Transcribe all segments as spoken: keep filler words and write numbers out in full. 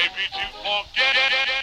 maybe to forget.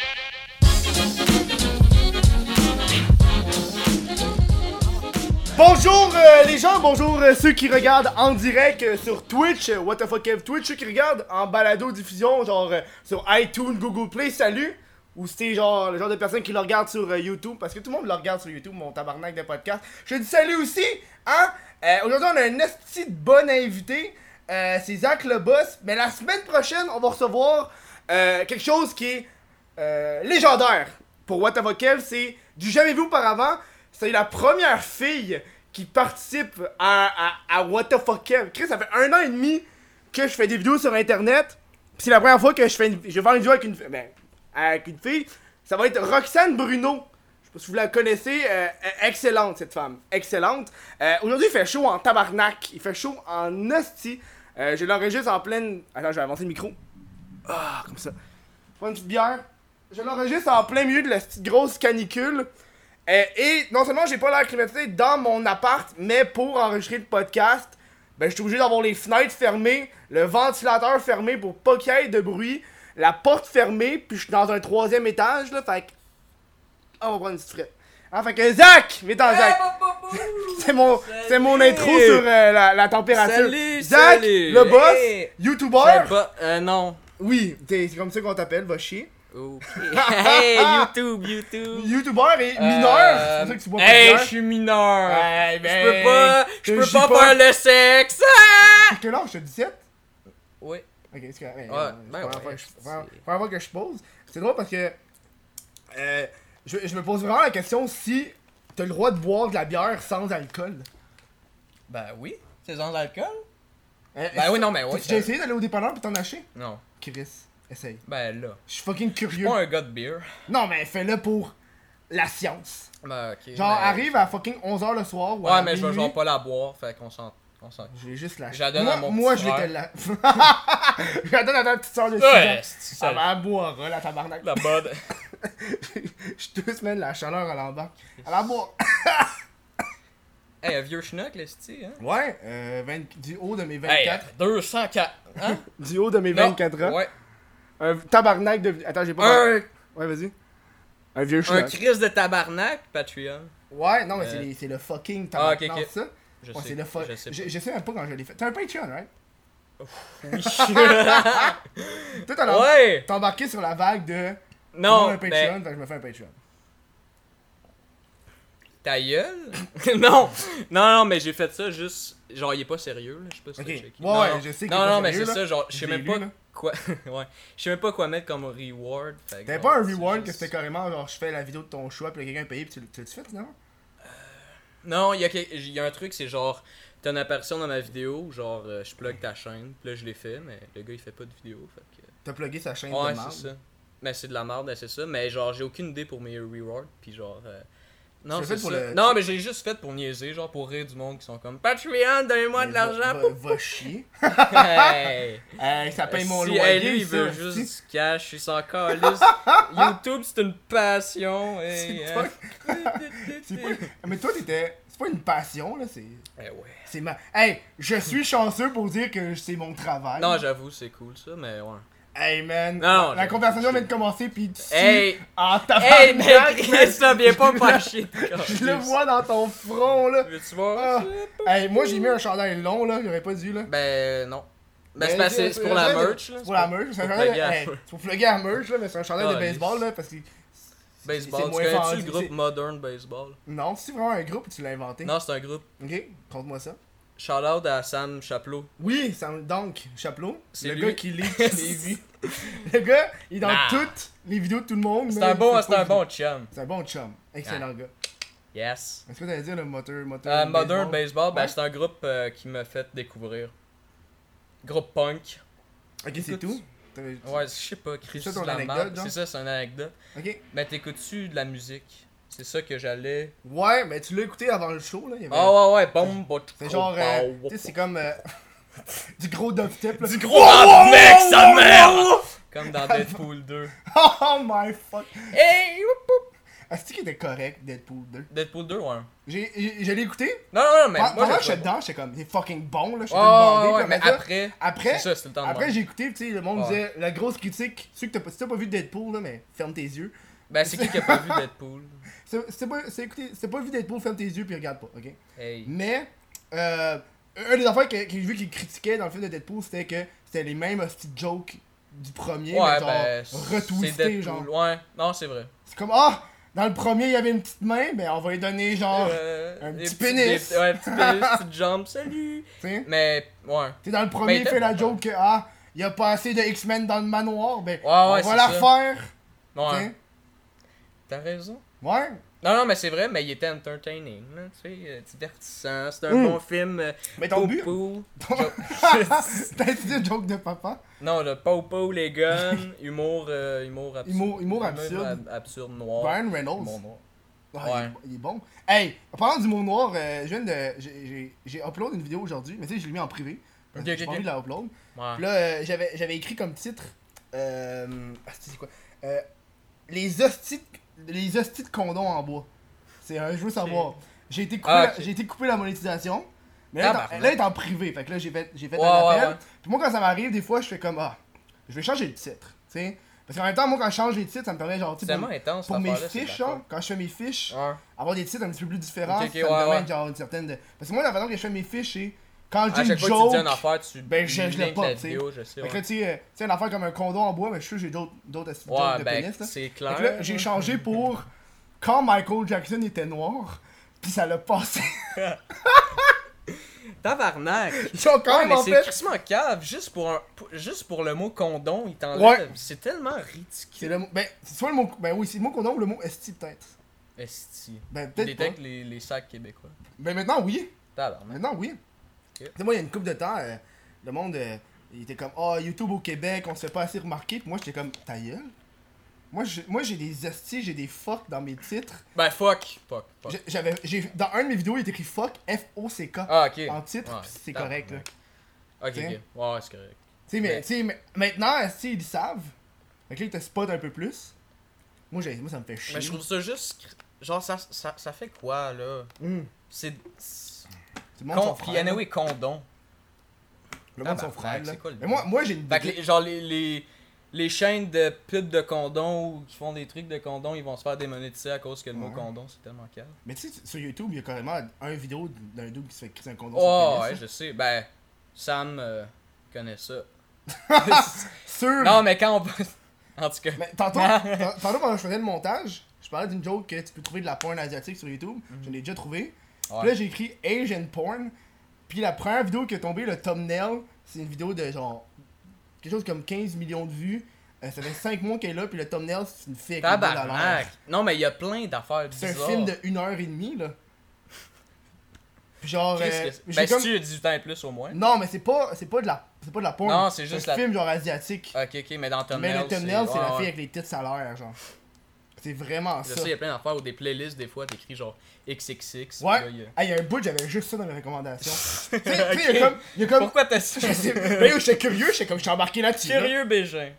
Bonjour euh, les gens, bonjour euh, ceux qui regardent en direct euh, sur Twitch, euh, What the fuck Kev Twitch, ceux qui regardent en balado diffusion genre euh, sur iTunes, Google Play, salut. Ou c'était genre le genre de personnes qui le regardent sur euh, YouTube, parce que tout le monde le regarde sur YouTube, mon tabarnak de podcast. Je dis salut aussi, hein. Euh, aujourd'hui on a un esti de bon invité, euh, c'est Zach le boss, mais la semaine prochaine on va recevoir euh, quelque chose qui est euh, légendaire pour What the fuck Kev, c'est du jamais vu auparavant. C'est la première fille qui participe à, à, à What the fuck Kev. Chris, ça fait un an et demi que je fais des vidéos sur internet. Pis c'est la première fois que je fais une, je vais faire une vidéo avec une, ben, avec une fille. Ça va être Roxane Bruno. Je sais pas si vous la connaissez. Euh, excellente cette femme. Excellente. Euh, aujourd'hui il fait chaud en tabarnak. Il fait chaud en hostie. Euh, je l'enregistre en pleine... Attends, je vais avancer le micro. Ah, comme ça. Prends une petite bière. Je l'enregistre en plein milieu de la petite grosse canicule. Euh, et non seulement j'ai pas l'air climatisé dans mon appart, mais pour enregistrer le podcast, ben je suis obligé d'avoir les fenêtres fermées, le ventilateur fermé pour pas qu'il y ait de bruit, la porte fermée, puis je suis dans un troisième étage là, fait que... Ah, on va prendre une petite frette. Hein, fait que Zach! Viens-t'en Zach! C'est mon, c'est mon intro sur euh, la, la température. Salut, Zach, salut. le boss, Hey. YouTuber. Pas, euh, non. Oui, c'est comme ça qu'on t'appelle, va chier. Ok. Hey, YouTube, YouTube. YouTuber et mineur, c'est pour ça que tu bois pas de Hey, bière. je suis mineur. Ouais, ben, je peux pas, je te peux dis pas, pas. faire le sexe. Ah! Quel âge, t'as dix-sept? Oui. Ok, c'est correct. Ouais, Ouais, euh, ben première ouais, fois que je- c'est- première- première fois que je pose. C'est drôle parce que euh, je, je me pose vraiment la question si t'as le droit de boire de la bière sans alcool. Ben oui. C'est sans alcool? Euh, Ben oui, non, mais ouais. T'as-tu déjà essayé d'aller au dépanneur pis t'en acheter? Non. Chris, essaye. Ben là. Je suis fucking Je suis curieux. pas un gars de beer. Non, mais fais-le pour la science. Ben ok. Genre, mais- arrive à fucking onze heures le soir ou à Ouais, mais je vais minuit. genre pas la boire, fait qu'on s'en. On s'en. Je vais juste la Je la donne moi, à mon Moi, petit je vais te frère. la... je la donne à ta petite soeur de six Ouais, ans. c'est Ça ça. va boire, la tabarnak. La bonne. Je te semaine la chaleur à l'embarque. À la boire. Hey, un vieux schnock, là, c'est hein? Ouais, euh, vingt du haut de mes Hey, vingt-quatre. deux cent quatre. Hein? Du haut de mes Non, vingt-quatre ans. Ouais. Un tabarnak de... Attends, j'ai pas... Un, Ouais, vas-y. Un vieux un schnock. crise de tabarnak, Patreon. Ouais, non, mais Euh. c'est les- c'est le fucking Ah, tabarnak. ok, ok. Non, ça? Je Ouais, sais. c'est le fuck. Je sais Je, je sais même pas quand je l'ai fait. T'as un Patreon, right? Oui. Toi, t'as l'em- Ouais. t'as embarqué sur la vague de... Non, un Patreon, mais fait que je me fais un Patreon. ta gueule. non, non, non, mais j'ai fait ça juste. Genre, il est pas sérieux, là. Je sais pas si Ok. t'as checké. Ouais, non, ouais, non. je sais qu'il Non, est pas non, mais sérieux, c'est là. ça, genre, je sais Je l'ai même lu, pas là. quoi. ouais. Je sais même pas quoi mettre comme reward. fait que T'avais bon, pas un c'est reward que juste- c'était carrément genre je fais la vidéo de ton choix pis là, quelqu'un a payé pis tu tu l'as-tu fait non? Non, il y, a quel- il y a un truc, c'est genre. T'as une apparition dans ma vidéo, genre, euh, je plug ta chaîne. Puis là, je l'ai fait, mais le gars, il fait pas de vidéo. Fait que. T'as plugué sa chaîne Ouais, de merde. c'est ça. Mais c'est de la merde, c'est ça. Mais genre, j'ai aucune idée pour mes rewards. Puis genre. euh, Non, l'as c'est fait pour ça. le- Non, mais j'ai juste fait pour niaiser, genre pour rire du monde qui sont comme Patreon, donnez-moi de Va- l'argent. Va, va chier. Hey. Hey, ça paye mon Si, loyer. hey, lui, il ça, veut si. juste du cash, il s'en calisse. YouTube, c'est une passion. Hey, C'est hein. C'est pas... Mais toi, t'étais... C'est pas une passion, là, c'est... Eh ouais. C'est ma... Hey, je suis chanceux pour dire que c'est mon travail. Non, j'avoue, c'est cool ça, mais ouais. Hey, man. Non, la je- conversation vient de commencer, pis tu... Hey! En Hey, mais tabarnak, Chris, ça vient pas je pas le- chier. Je le vois dans ton front, là. Veux-tu voir? Ah. Hey, moi, j'ai mis un chandail long, là, j'aurais pas dû, là. Ben, non. Ben, Ben, c'est parce que c'est- c'est pour la c'est- merch, là. C'est pour la merch, c'est un pour chandail... plugger à- Hey, c'est pour plugger à la merch, là, mais c'est un chandail de Ah, baseball, les- là, parce que... Baseball. c'est Tu moins connais-tu vendu, le c'est- groupe Modern Baseball? Non, c'est vraiment un groupe, tu l'as inventé. Non, c'est un groupe. Ok, conte-moi ça. Shout out à Sam Chaplot. Oui, ça, donc, Chaplot, C'est le lui. gars qui lit les vues. Le gars, il est dans Nah. toutes les vidéos de tout le monde. C'est mais un bon, il fait c'est pas un de bon vidéo. chum. C'est un bon chum. Excellent gars. Yes. Est-ce que t'allais dire le moteur, moteur Euh, Modern Baseball, ben Ouais. c'est un groupe euh, qui m'a fait découvrir. Groupe punk. Ok, c'est Écoute, tout? T'avais- Ouais, je sais pas, Chris, C'est ça c'est ton de la anecdote, merde. genre? C'est ça, c'est une anecdote. Ok. Mais t'écoutes-tu de la musique? C'est ça que j'allais. Ouais, mais tu l'as écouté avant le show, là. Il y avait... Ah ouais, ouais, bon, bon, C'est genre, euh, tu sais, c'est comme euh, du gros dubstep, là. Du gros rap, mec, sa mère! Comme dans Deadpool deux. Oh my fuck. Hey, whoop, whoop. Est-ce qu'il était correct, Deadpool deux? Deadpool deux, ouais. J'ai, j'ai, je l'ai écouté. Non, non, non, mais Pendant moi, que j'ai j'étais pas- dedans, j'étais comme, c'est fucking bon, là. J'étais Ouais, tout bandé. ouais, puis ouais, mais après ça- après, Après, c'est ça, c'était le temps de après même. j'ai écouté, tu sais, le monde Ouais. disait, la grosse critique, ceux que t'as pas, si t'as pas vu Deadpool, là, mais ferme tes yeux. Ben, c'est qui qui a pas vu Deadpool? C'est, c'est pas, c'est, écoutez, c'est pas vu Deadpool, ferme tes yeux puis regarde pas, ok? Hey. Mais, euh, un des affaires que, que j'ai vu qu'ils critiquaient dans le film de Deadpool, c'était que c'était les mêmes hosties de jokes du premier, Ouais, mais genre, ben, c'est retwistés, Deadpool. genre. Ouais, non, c'est vrai. C'est comme, ah, dans le premier, il y avait une petite main, ben on va lui donner, genre, Euh, un des petit petits- pénis. des- Ouais, un petit pénis, petite jambe, salut! tu sais. Mais, ouais. Tu sais, dans le premier, Mais il fait la t'as- joke que, ah, il y a pas assez de X-Men dans le manoir, ben, Ouais, on ouais, va c'est la ça. faire, tu Ouais. sais. T'as raison. Ouais. Non, non, mais c'est vrai, mais il était entertaining, là, tu sais, euh, divertissant. C'est un Mm. bon film. euh, Mais ton but, Pow-pow. t'as dit un joke de papa. Non, le pow-pow, les guns, humour, euh, humour absurde. Humour- humour absurde. ab- absurde noir. Ryan Reynolds. Humour noir. Ah, Ouais. il, est, il est bon. Hey, en parlant d'humour noir, euh, je viens de. J'ai, j'ai, j'ai upload une vidéo aujourd'hui, mais tu sais, je l'ai mis en privé. Parce Ok, que j'ai ok, pas ok. envie de la upload. Ouais. Puis là, euh, j'avais, j'avais écrit comme titre. Euh. Ah, c'est quoi euh, Les hosties de- les hosties de condoms en bois. C'est un, je veux savoir. J'ai été coupé, Ah, la, ok. j'ai été coupé la monétisation. Mais là, Tabarnak. elle est en- là, elle est en privé. Fait que là, j'ai fait, j'ai fait Ouais, un ouais, appel. ouais. Puis moi, quand ça m'arrive, des fois, je fais comme, ah, je vais changer le titre. Tu sais. Parce qu'en même temps, moi, quand je change les titres, ça me permet, genre, tu C'est sais, pour, tellement intense, pour cette mes affaire-là, c'est fiches, d'accord. genre, quand je fais mes fiches, Ouais. avoir des titres un petit peu plus différents, Ok, ok, ça me ouais, permet, ouais. genre, une certaine. De... Parce que moi, la façon que je fais mes fiches, c'est quand je dis À une chaque fois que tu joke. dis une affaire, tu ben, je- je l'ai links pas, la tu sais. vidéo, je sais. Fait que Ouais, là, tu sais, euh, tu sais, une affaire comme un condom en bois, mais je suis sûr que j'ai d'autres d'autres astuces ouais de ben, pénis, là. c'est Fait clair. que là, j'ai changé pour quand Michael Jackson était noir, pis ça l'a passé. Tabarnak! Genre, quand Ouais, même, mais en c'est fait. crissement cave, juste pour, un, pour- juste pour le mot condom, il t'enlève. Ouais. C'est tellement C'est ridicule. le mot. Ben, c'est soit le mot. Ben oui, c'est le mot condom ou le mot esti, peut-être. Esti. Ben, Il peut-être. détecte Pas. les, les sacs québécois. Ben, maintenant, oui. Tabarnak. Maintenant, oui. Ok. Tu sais, moi, il y a une couple de temps, euh, le monde, euh, il était comme, ah, YouTube au Québec, on se fait pas assez remarquer. Puis moi, j'étais comme, ta gueule. Moi, j'ai, moi, j'ai des estis, j'ai des fuck dans mes titres. Ben, fuck. Fuck. fuck. J'ai- J'avais, j'ai, dans un de mes vidéos, il est écrit fuck, F O C K, Ah, ok. en titre, Ouais, pis c'est correct, là. tabarnak. Ok, T'sais. ok. Ouais, ouais, c'est correct. Tu sais, mais, Mais- tu sais, mais maintenant, esti, ils le savent. Fait que là, ils te spot un peu plus. Moi, j'ai, moi ça me fait chier. Mais je trouve ça juste. Genre, ça, ça, ça fait quoi, là? Hum. C'est. c'est- Tout le monde Con... son Puis, frère. là. anyway, condom. Le monde son Tabarnak, frère, là. c'est quoi le Mais moi, moi j'ai une. Fait que, les- genre, les, les, les chaînes de pubs de condom ou qui font des trucs de condom, ils vont se faire démonétiser à cause que le mot Ouais. condom, c'est tellement calme. Mais tu sais, sur YouTube, il y a carrément un vidéo d'un dude qui se fait crisser un condom Oh, sur ouais, le pénis. je sais. Ben, Sam euh, connaît ça. là. Sûr! Non, mais quand on. En tout cas. Mais tantôt, tant- tantôt, pendant que je faisais le montage, je parlais d'une joke que tu peux trouver de la porn asiatique sur YouTube. Je l'ai déjà trouvé. Ouais. Puis là, j'ai écrit Asian porn. Puis la première vidéo qui est tombée, le thumbnail, c'est une vidéo de genre. Quelque chose comme quinze millions de vues. Euh, ça fait cinq mois qu'elle est là, puis le thumbnail, c'est une fille avec une balle à l'air. Tabarnak! Non, mais il y a plein d'affaires C'est bizarres. un film de une heure et demie, là. Puis genre. Qu'est-ce euh, que c'est? j'ai Ben, comme- si tu as dix-huit ans et plus au moins. Non, mais c'est pas, c'est pas de la, c'est pas de la porn. Non, c'est juste un la- film genre asiatique. Ok, ok, mais dans le mais thumbnail. le thumbnail, c'est ouais, la fille ouais. avec les têtes à l'air, genre. C'est vraiment Je ça. sais, il y a plein d'affaires ou des playlists, des fois, t'écris genre X X X. Ouais. puis là, il y a- Ah, il y a un bout, j'avais juste ça dans mes recommandations. tu sais, tu sais, Ok. il y a comme. Il y a comme. Pourquoi t'as ça? Je sais- Ben yo, j'étais curieux, j'étais comme, j'étais embarqué là-dessus. là. Curieux Bégin.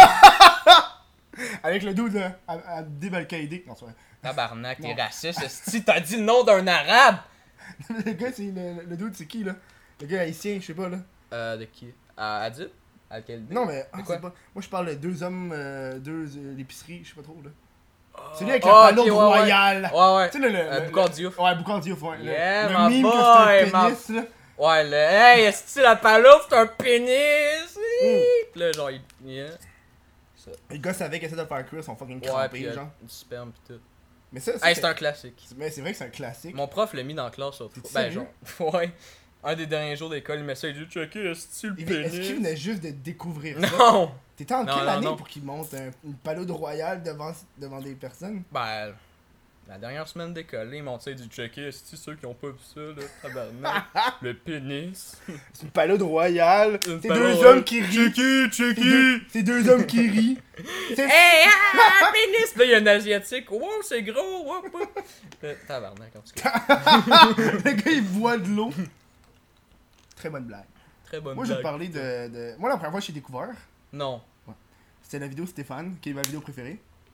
Avec le dude, là, à, à Debalkaïdé. Non, c'est vrai. Tabarnak, t'es Non. raciste. Si t'as dit le nom d'un arabe! Le gars, c'est le, le dude, c'est qui, là? Le gars haïtien, je sais pas, là. Euh, de qui? À Adib? À quel Non, mais. ah, quoi? c'est pas... Moi, je parle de deux hommes, euh, deux euh, l'épicerie, je sais pas trop, là. Oh, Celui avec oh, le panneau ok, ouais, royal. Ouais, ouais. Tu sais, le. le, Euh, le- Boucard Diouf. Ouais, Boucard Diouf, ouais. Le- Yeah, le, my mime boy, que c'est un ma- pénis, là. Ouais, le. Hey, est-ce que la palourde c'est un pénis? Mm. Pis là, genre, il. Yeah. Ça. Les gars savaient qu'ils essaient de faire cuire, sont fucking Ouais, crampés, pis il y a genre. du sperme pis tout. Mais ça, Hey, c'est. c'est un classique. Mais c'est vrai que c'est un classique. Mon prof l'a mis dans la classe l'autre T'es-tu fois. Ben, sérieux? genre. Ouais. Un des derniers jours d'école, il met ça, il dit checker, est-ce que le Il- Est-ce qu'il pénis? venait juste de découvrir ça? Non! T'étais en Non, quelle non, année non. pour qu'il monte un- une palude royale devant, devant des personnes? Ben, la dernière semaine d'école, ils m'ont dit du checker, est-ce que ceux qui ont pas vu ça, là, tabarnak? Le pénis. C'est une palude royale. Une C'est palude deux royale. hommes qui rient. Checker, C'est deux, c'est deux hommes qui rient. C'est- Hey, ah, pénis! Puis là, il y a un asiatique. Wow, c'est gros! Wow, wow. Là, tabarnak, en tout cas. Le gars, il boit de l'eau. Très bonne blague. Très bonne Moi, je vais blague. te parler de, de... Moi, la première fois que j'ai découvert, Non. c'était la vidéo Stéphane, qui est ma vidéo préférée.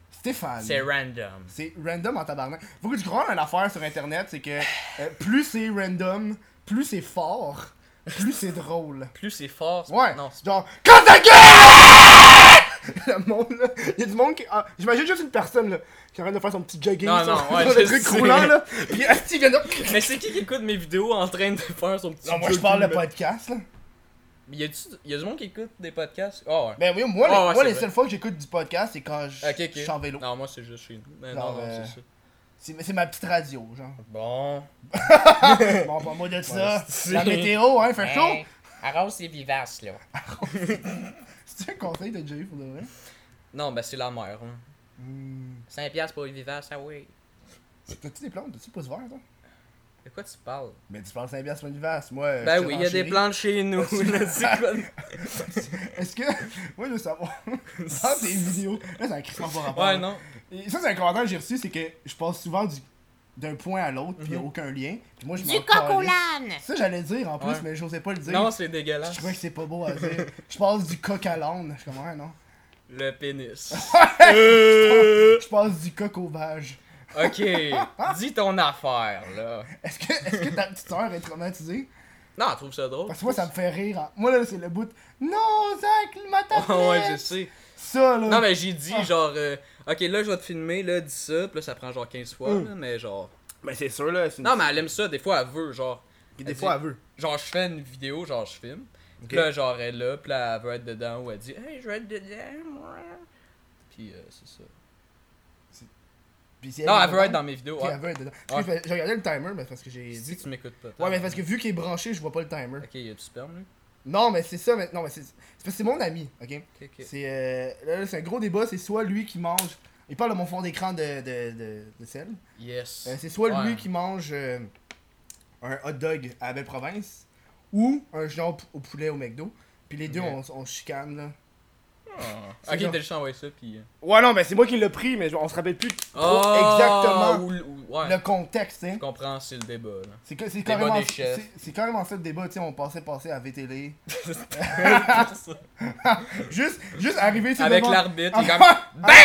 Stéphane. C'est random. C'est random en tabarnak. Faut que tu crois une affaire sur internet, c'est que euh, plus c'est random, plus c'est fort, plus c'est drôle. Plus c'est fort. c'est- Ouais, Non, c'est genre, quand ta gueule! Le monde là, il y a du monde qui. Ah, j'imagine juste une personne là, qui est en train de faire son petit jogging Non, sur, non, ouais, sur je le truc sais. roulant là. Puis Asti vient de. Mais c'est qui qui écoute mes vidéos en train de faire son petit Non, moi je jogging, parle de là? podcast là. Y a, du, y a du monde qui écoute des podcasts? Oh ouais. Ben oui, moi, les, Ah ouais, moi c'est les vrai. seules fois que j'écoute du podcast, c'est quand je Ok, ok. je suis en vélo. Non, moi c'est juste chez nous. Mais Genre, non, non, euh, c'est ça. C'est c'est ma petite radio, genre. Bon. Bon, pas moi de ça. c'est- La météo, hein, fait chaud. Arrose c'est vivace là. C'est un conseil que t'as déjà eu pour de vrai? Non, ben c'est la mer. Hein. Hmm. cinq piastres pour les vivaces, ah oui. T'as-tu des plantes? T'as-tu pas ce vert, toi? De quoi tu parles? Mais tu parles Saint-Bias, c'est une vaste. Moi, euh, Ben je oui, te il y a des renchéris. plantes chez nous. là, c'est quoi? Est-ce que. Moi, je veux savoir. Dans tes vidéos. Là, c'est un crissement pas rapport. Ouais, non. Et ça, c'est un commentaire que j'ai reçu, c'est que je passe souvent du d'un point à l'autre, puis il Mhm. a aucun lien. Puis moi, je Du m'en coq au calisse. l'âne! Ça, j'allais dire en plus, Ouais. mais j'osais pas le dire. Non, c'est Je dégueulasse. trouvais que c'est pas beau à dire. Je passe du coq à l'âne. Je suis comme, ouais, non. Le pénis. Je passe du coq au vage. Ok, dis ton affaire, là. Est-ce que, est-ce que ta petite soeur est traumatisée? Non, elle trouve ça drôle. Parce que moi, ça me fait rire. en- Moi, là, c'est le bout. Non, Zach, ma tablette! Oh, ouais, je sais. Ça, là. Non, mais j'ai dit, Ah. genre, euh, ok, là, je vais te filmer, là, dis ça, pis là, ça prend genre quinze fois, Mm. là, mais genre. Mais c'est sûr, là. Non, mais elle aime ça, des fois, elle veut, genre. Puis des elle fois, dit- elle veut. Genre, je fais une vidéo, genre, je filme. Ok. Pis là, genre, elle est là, pis là, elle veut être dedans, ou elle dit, hey, je veux être dedans, moi. Pis euh, c'est ça. Puis si Non, est elle veut contente, être dans mes vidéos, puis ouais. elle veut être dedans. Parce que J'ai regardé le timer, mais parce que j'ai Dis dit. que tu m'écoutes pas. Ouais, mais parce que vu qu'il est branché, je vois pas le timer. Ok, y a du sperme, lui? Non, mais c'est ça, mais non, mais c'est c'est parce que c'est mon ami, ok? Ok, ok. C'est euh, là, là, c'est un gros débat, c'est soit lui qui mange. Il parle de mon fond d'écran de, de, de, de sel. Yes. Euh, c'est soit Ouais. lui qui mange euh, un hot dog à la belle province ou un genou au poulet au McDo. Puis les deux, Ok. on, on se chicane là. Ah. C'est Ok, genre- t'as juste envoyé ça, pis. euh, Ouais, non, mais c'est moi qui l'ai pris, mais on se rappelle plus trop Ah, exactement ou- ou- ouais. le contexte, hein. Je comprends, c'est le débat, là. C'est que- c'est Débat carrément, des chefs. c'est- c'est carrément ça le débat, tu sais, on passait passer à V T L. juste, juste arriver sur Avec le l'arbitre, il est Ah, comme.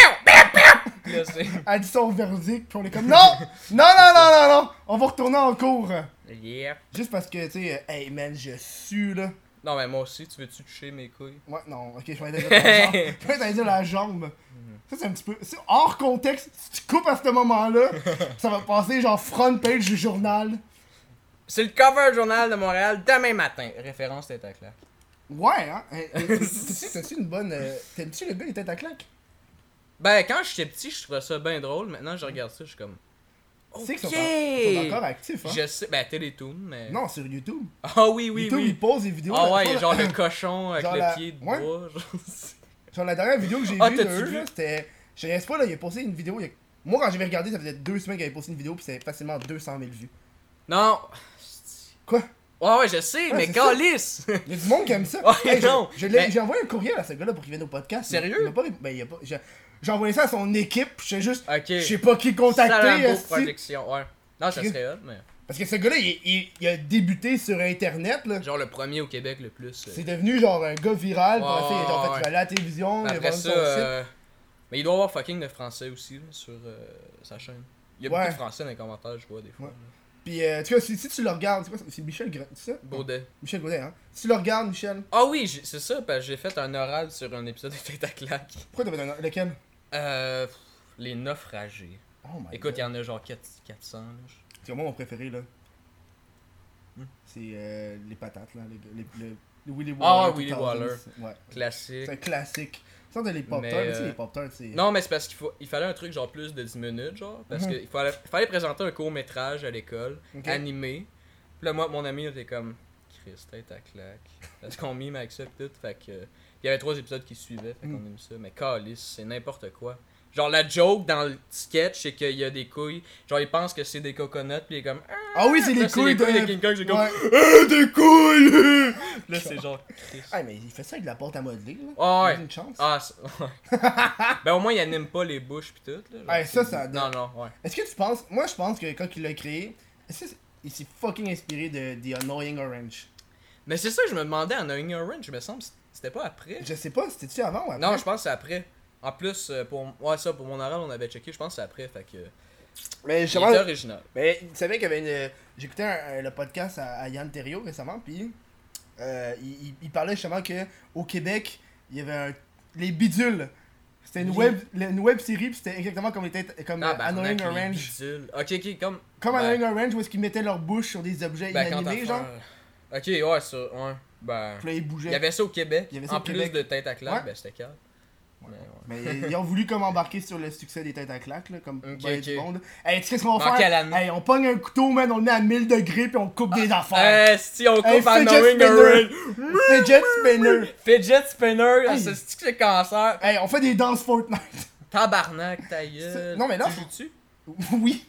BAM! Puis là, c'est. elle dit son verdict, puis on est comme non, non, non, non, non, non, on va retourner en cours. Yeah. Juste parce que, tu sais, euh, hey man, je sue là. Non, mais moi aussi, tu veux-tu toucher mes couilles? Ouais, non, ok, je vais aller dire la jambe. Je vais aller dire la jambe. Ça, c'est un petit peu. C'est hors contexte. Si tu coupes à ce moment-là, ça va passer genre front page du journal. C'est le cover journal de Montréal demain matin. Référence tête à claque. Ouais, hein. Euh, euh, T'as-tu t'as-tu une bonne. euh, T'aimes-tu le gars, les têtes à claque? Ben, quand j'étais petit, je trouvais ça bien drôle. Maintenant, je regarde ça, je suis comme. Tu sais qu'ils sont, Ok. en- ils sont encore actifs, hein? Je sais, ben, Télétoon, mais. Non, sur YouTube. Ah oui, oui, YouTube, ils oui. posent des vidéos. Ah là, ouais, pas- il y a genre le cochon avec Genre le la- pied de ouais. bois. Genre. Genre la dernière vidéo que j'ai Ah, vue de t'as-tu eux, vu? là, c'était. Je sais pas, là, il a posté une vidéo. il y a- Moi, quand j'avais regardé, ça faisait deux semaines qu'il avait posté une vidéo, puis c'était facilement deux cent mille vues. Non. Quoi? Ouais, ouais, je sais, Ouais, mais c'est ça. calice! Il y a du monde qui aime ça. Ouais, je- non, je l'ai- mais- J'ai envoyé un courriel à ce gars-là pour qu'il vienne au podcast. Sérieux? Il m'a pas, ré- ben, il a pas... J'ai j'ai envoyé ça à son équipe, je sais juste. Ok. Je sais pas qui contacter. Salambo esti. Projection, ouais. Non, ça serait hot, mais. Parce que ce gars-là, il, il- il a débuté sur internet. Là. Genre le premier au Québec le plus. euh, C'est devenu genre un gars viral. Ouais, Pour essayer, genre, en fait, ouais. il va aller à la télévision. il a Après vendu ça, son site. euh... mais il doit y avoir fucking de français aussi là, sur euh, sa chaîne. Il y a Ouais. beaucoup de français dans les commentaires, je vois des fois. Ouais. Puis, euh, tu vois, si, si tu le regardes, c'est quoi ça? C'est Michel Gra- c'est ça? Baudet. Michel Gaudet, hein? Si tu le regardes, Michel, Ah oui, j'ai- c'est ça, parce que j'ai fait un oral sur un épisode de Tête à claque. pourquoi t'as fait un. Lequel? Euh. pff, Les naufragés. Oh my Écoute, god. il y en a genre quatre cents. Là. C'est moi mon préféré, là. Hmm. C'est euh, les patates, là. Les, les, le, le Willy Ah, Waller. Willy deux mille. Waller. Ouais. Classique. C'est un classique. Ça, de les Pop-Tarts, Mais, tu sais, euh, les Pop-Tarts, c'est. Non, mais c'est parce qu'il faut... il fallait un truc genre plus de dix minutes, genre. Parce Mhm. qu'il fallait... fallait présenter un court-métrage à l'école, Ok. animé. Puis là, moi, mon ami était comme. Chris, tête à claque. Parce qu'on mime avec ça, pis tout. Fait que. Il y avait trois épisodes qui suivaient, fait qu'on Mm. aime ça. Mais calice, c'est n'importe quoi. Genre, la joke dans le sketch, c'est qu'il y a des couilles. Genre, ils pensent que c'est des coconuts, pis il est comme. Ah oui, c'est Là, les couilles de. de King Kong, c'est comme. Ouais. Ah, des couilles! Là, c'est genre. Chris. Ah, mais il fait ça avec de la pâte à modeler, là. Ah Il a ouais. une chance. Ah, c'est- ouais. Ben au moins, il anime pas les bouches pis tout. Là, genre, Ouais, ça, c'est- ça- Non, non, ouais. Est-ce que tu penses. Moi, je pense que quand il l'a créé, est-ce que c'est- il s'est fucking inspiré de The Annoying Orange? Mais c'est ça que je me demandais en Annoying Orange, me semble. C'était pas après. Je sais pas, c'était-tu avant ou après? Non, je pense que c'est après. En plus, euh, pour, ouais, ça, pour mon oral, on avait checké, je pense que c'est après, fait que. Mais Il justement, était original. mais tu savais qu'il y avait une. J'écoutais un- un- le podcast à, à Yann Terriot récemment, puis euh, il, il- il parlait justement que au Québec, il y avait un, les bidules. C'était une Les- web, une web série, puis c'était exactement comme, était, comme Ah, euh, ben, Annoying les Orange. bidules. Ok, ok, comme. Comme ben, Annoying Orange, où est-ce qu'ils mettaient leur bouche sur des objets Ben, quand inanimés, t'as genre. fait- Ok, ouais, ça, ouais. Ben. Puis là, ils Il bougeaient. y avait ça au Québec. Il y avait ça en au plus Québec. de tête à claque, Ouais. ben c'était calme. Mais ouais. Mais ils ont voulu comme embarquer sur le succès des têtes à claques, là, comme Ok, ben ok. du monde. Hey, tu sais ce qu'on va En faire? quelle année? Hey, on pogne un couteau, man, on le met à mille degrés, puis on coupe des affaires. Eh, si on coupe Hey, en fidget knowing spinner. orange. Fidget spinner. Fidget spinner, Hey. c'est c'est que c'est cancer. Hey, on fait des danses Fortnite. Tabarnak, ta gueule. Non, mais là, Tu joues-tu? Oui.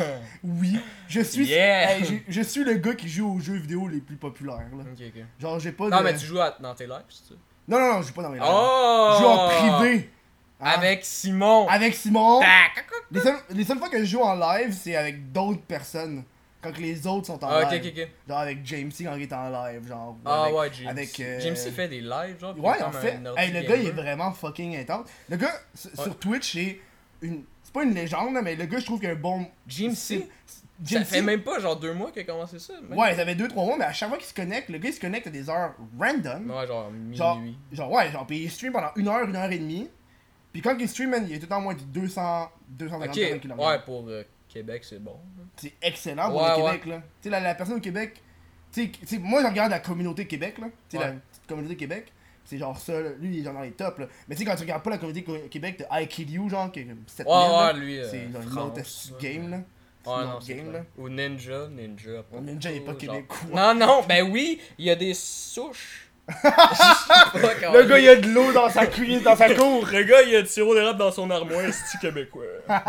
Oui. Je suis. Yeah. Hey, je, je suis le gars qui joue aux jeux vidéo les plus populaires, là. Ok, ok. Genre, j'ai pas Non, de. mais tu joues à- dans tes lives, c'est ça? Non, non, non, je joue pas dans mes lives. Oh! Je joue en privé. Hein? Avec Simon. Avec Simon. Tac. Les seules, les seules fois que je joue en live, c'est avec d'autres personnes. Quand que les autres sont en Ah, ok, live. ok, ok. Genre avec Jamesy quand il est en live, genre. ou Ah avec, ouais, James. avec, euh, James fait des lives, genre. puis Ouais, il est en comme fait. un ordi Hey, le gars, il est gamer. vraiment fucking intense. Le gars, s- Ouais. sur Twitch, c'est une. C'est pas une légende, là, mais le gars, je trouve qu'il a un bon. Jim c'est- C. Ça Jamesy- fait même pas genre deux mois qu'il a commencé ça. même. Ouais, ça fait deux trois mois, mais à chaque fois qu'il se connecte, le gars, il se connecte à des heures random. Ouais, genre Genre, minuit. genre, ouais, genre, pis il stream pendant une heure, une heure et demie. Puis quand il stream, man, il y a tout le temps moins de deux cents, deux cent cinquante Ok, personnes qui le ouais, regardent. pour euh, Québec, c'est bon. C'est excellent pour Ouais, le ouais. Québec, là. Tu sais, la, la personne au Québec, tu sais, tu sais, moi, je regarde la communauté Québec, là. Tu sais, Ouais. la petite communauté Québec. C'est genre ça, là. Lui, il est genre dans les tops, là. Mais tu sais, quand tu regardes pas la communauté Co- Québec, t'as I Kill You, genre, qui est comme sept mille, Ouais, là. ouais, lui. euh, C'est genre une France, autre esti de là. game, là. C'est Ouais, une non, autre c'est game, clair. là. Ou Ninja, Ninja. Oh, Ninja, il est pas genre. québécois. Non, non, ben oui, il y a des souches. Je sais pas comment Le gars, il a de l'eau dans sa cuisse, dans sa cour. Le gars, il a du sirop d'érable dans son armoire, c'est québécois.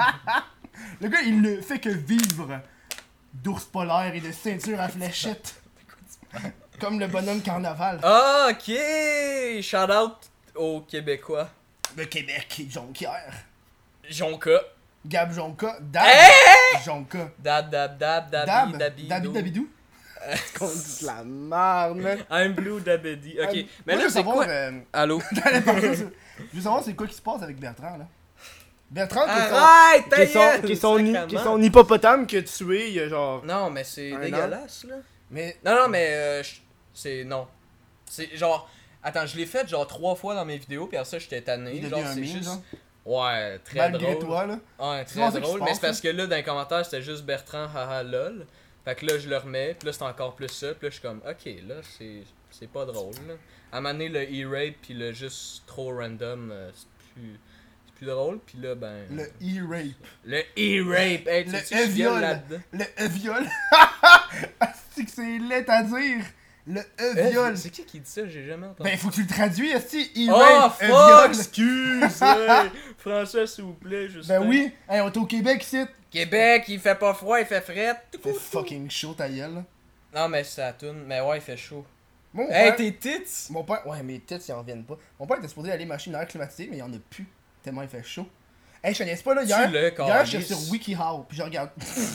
Le gars, il ne fait que vivre d'ours polaire et de ceinture à fléchettes. Comme le bonhomme carnaval. Ah, ok! Shout out aux Québécois. Le Québec, Jonquière. Jonka. Gab Jonka. Dab Hey! Jonka. Dab, dab, dab, dabi, Dab. dabi, Dabi do. Dabidou. Qu'on dit de la merde, man. I'm blue, dabedi. Ok, Euh, mais moi, je là, veux c'est savoir, quoi? euh, Allô? t'allais parler sur- Je veux savoir c'est quoi qui se passe avec Bertrand, là. Bertrand, qui est son- Arrête, qui ta est son, gueule, qui est son, hi- sacrément. qui est son hippopotame que tu tué, il y a genre. Non, mais c'est Un dégueulasse, là. Mais. Non, non, mais euh, je- c'est... Non. C'est genre... Attends, je l'ai fait genre trois fois dans mes vidéos, puis après ça, j'étais tanné. Il Genre, devient un c'est meme, juste... genre. Ouais, très Malgré drôle. toi, là. Ouais, C'est souvent très ça qui se drôle. Mais passe, c'est parce que là, dans les commentaires, c'était juste Bertrand, haha, lol. Fait que là, je le remets, puis là, c'est encore plus ça. Puis là, je suis comme, ok, là, c'est c'est pas drôle, là. À un moment donné, le e-rape, puis le juste trop random, euh, c'est plus... c'est plus drôle. Puis là, ben... Le e-rape. Le e-rape! Hey, tu Le sais que je viole e-viol. là-dedans? Le e-viol. C'est que c'est laid à dire. Le Euh, e-viol. c'est qui qui dit ça? J'ai jamais entendu. Ben, faut que tu le traduis, esti. Oh E-rape. fuck! E-viol. Excuse! hey. Français, s'il vous plaît, juste. Ben oui. Hey, on est au Québec, ici. Québec, il fait pas froid, il fait fret. Il fait fucking chaud, ta gueule, là. Non, mais ça tourne. Mais ouais, il fait chaud. Mon Hey, père. tes tits! Mon père. Ouais, mes têtes, ils en reviennent pas. Mon père était supposé aller machine à air climatisée, mais il y en a plus. Tellement il fait chaud. Hey, je te niaise pas, là. Hier, Tu le hier j'étais calice. sur WikiHow, puis je regarde.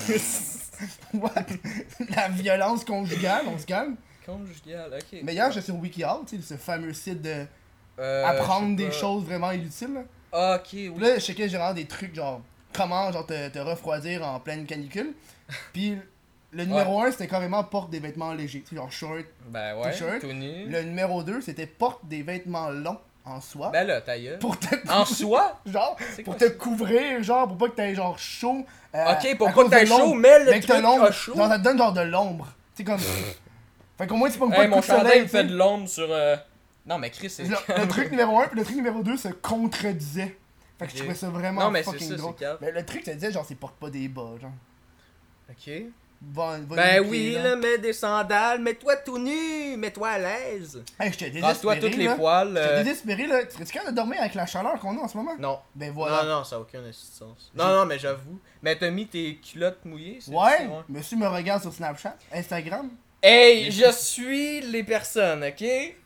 What? La violence conjugale, on se calme. Conjugal, ok. Mais hier, j'étais sur WikiHow, tu sais, ce fameux site de Euh, apprendre je sais des pas. choses vraiment inutiles, là. Ah, ok, oui. Puis là, je checkais genre des trucs genre comment genre te, te refroidir en pleine canicule. Puis le numéro un c'était carrément porte des vêtements légers, tu sais, genre short. Ben ouais, T-shirt. tout nu. Le numéro deux c'était porte des vêtements longs en soie. Ben là, ta gueule. Pour te En soi? genre C'est pour quoi te ça? couvrir genre pour pas que t'aies genre chaud. euh, Ok, à pour pas cause que t'aies de l'ombre. chaud, mais le Mais que t'as truc l'ombre, a chaud. genre ça te donne genre de l'ombre. Tu sais comme fait qu'au moins tu pognes pas Hey, le coup mon de soleil. chandail me tu sais. fait de l'ombre sur. euh, Non, mais Chris, c'est. Le, le truc numéro un puis le truc numéro deux se contredisaient. Fait que je Ok. trouvais ça vraiment Non, mais c'est fucking ça, drôle. c'est calme. Mais le truc ça disait genre c'est porte pas des bas genre. Ok. Va, va Ben les oui, pieds, là, mets des sandales, mets-toi tout nu, mets-toi à l'aise. Hey, j'étais Rase-toi désespéré, toutes les là. poils. J'étais euh, désespéré, là. Serais-tu capable de dormir avec la chaleur qu'on a en ce moment? Non. Ben voilà. Non, non, ça n'a aucun sens. Non, non, mais j'avoue. Mais t'as mis tes culottes mouillées, c'est Ouais, ça, monsieur me regarde sur Snapchat, Instagram. Hey, je suis les personnes, ok?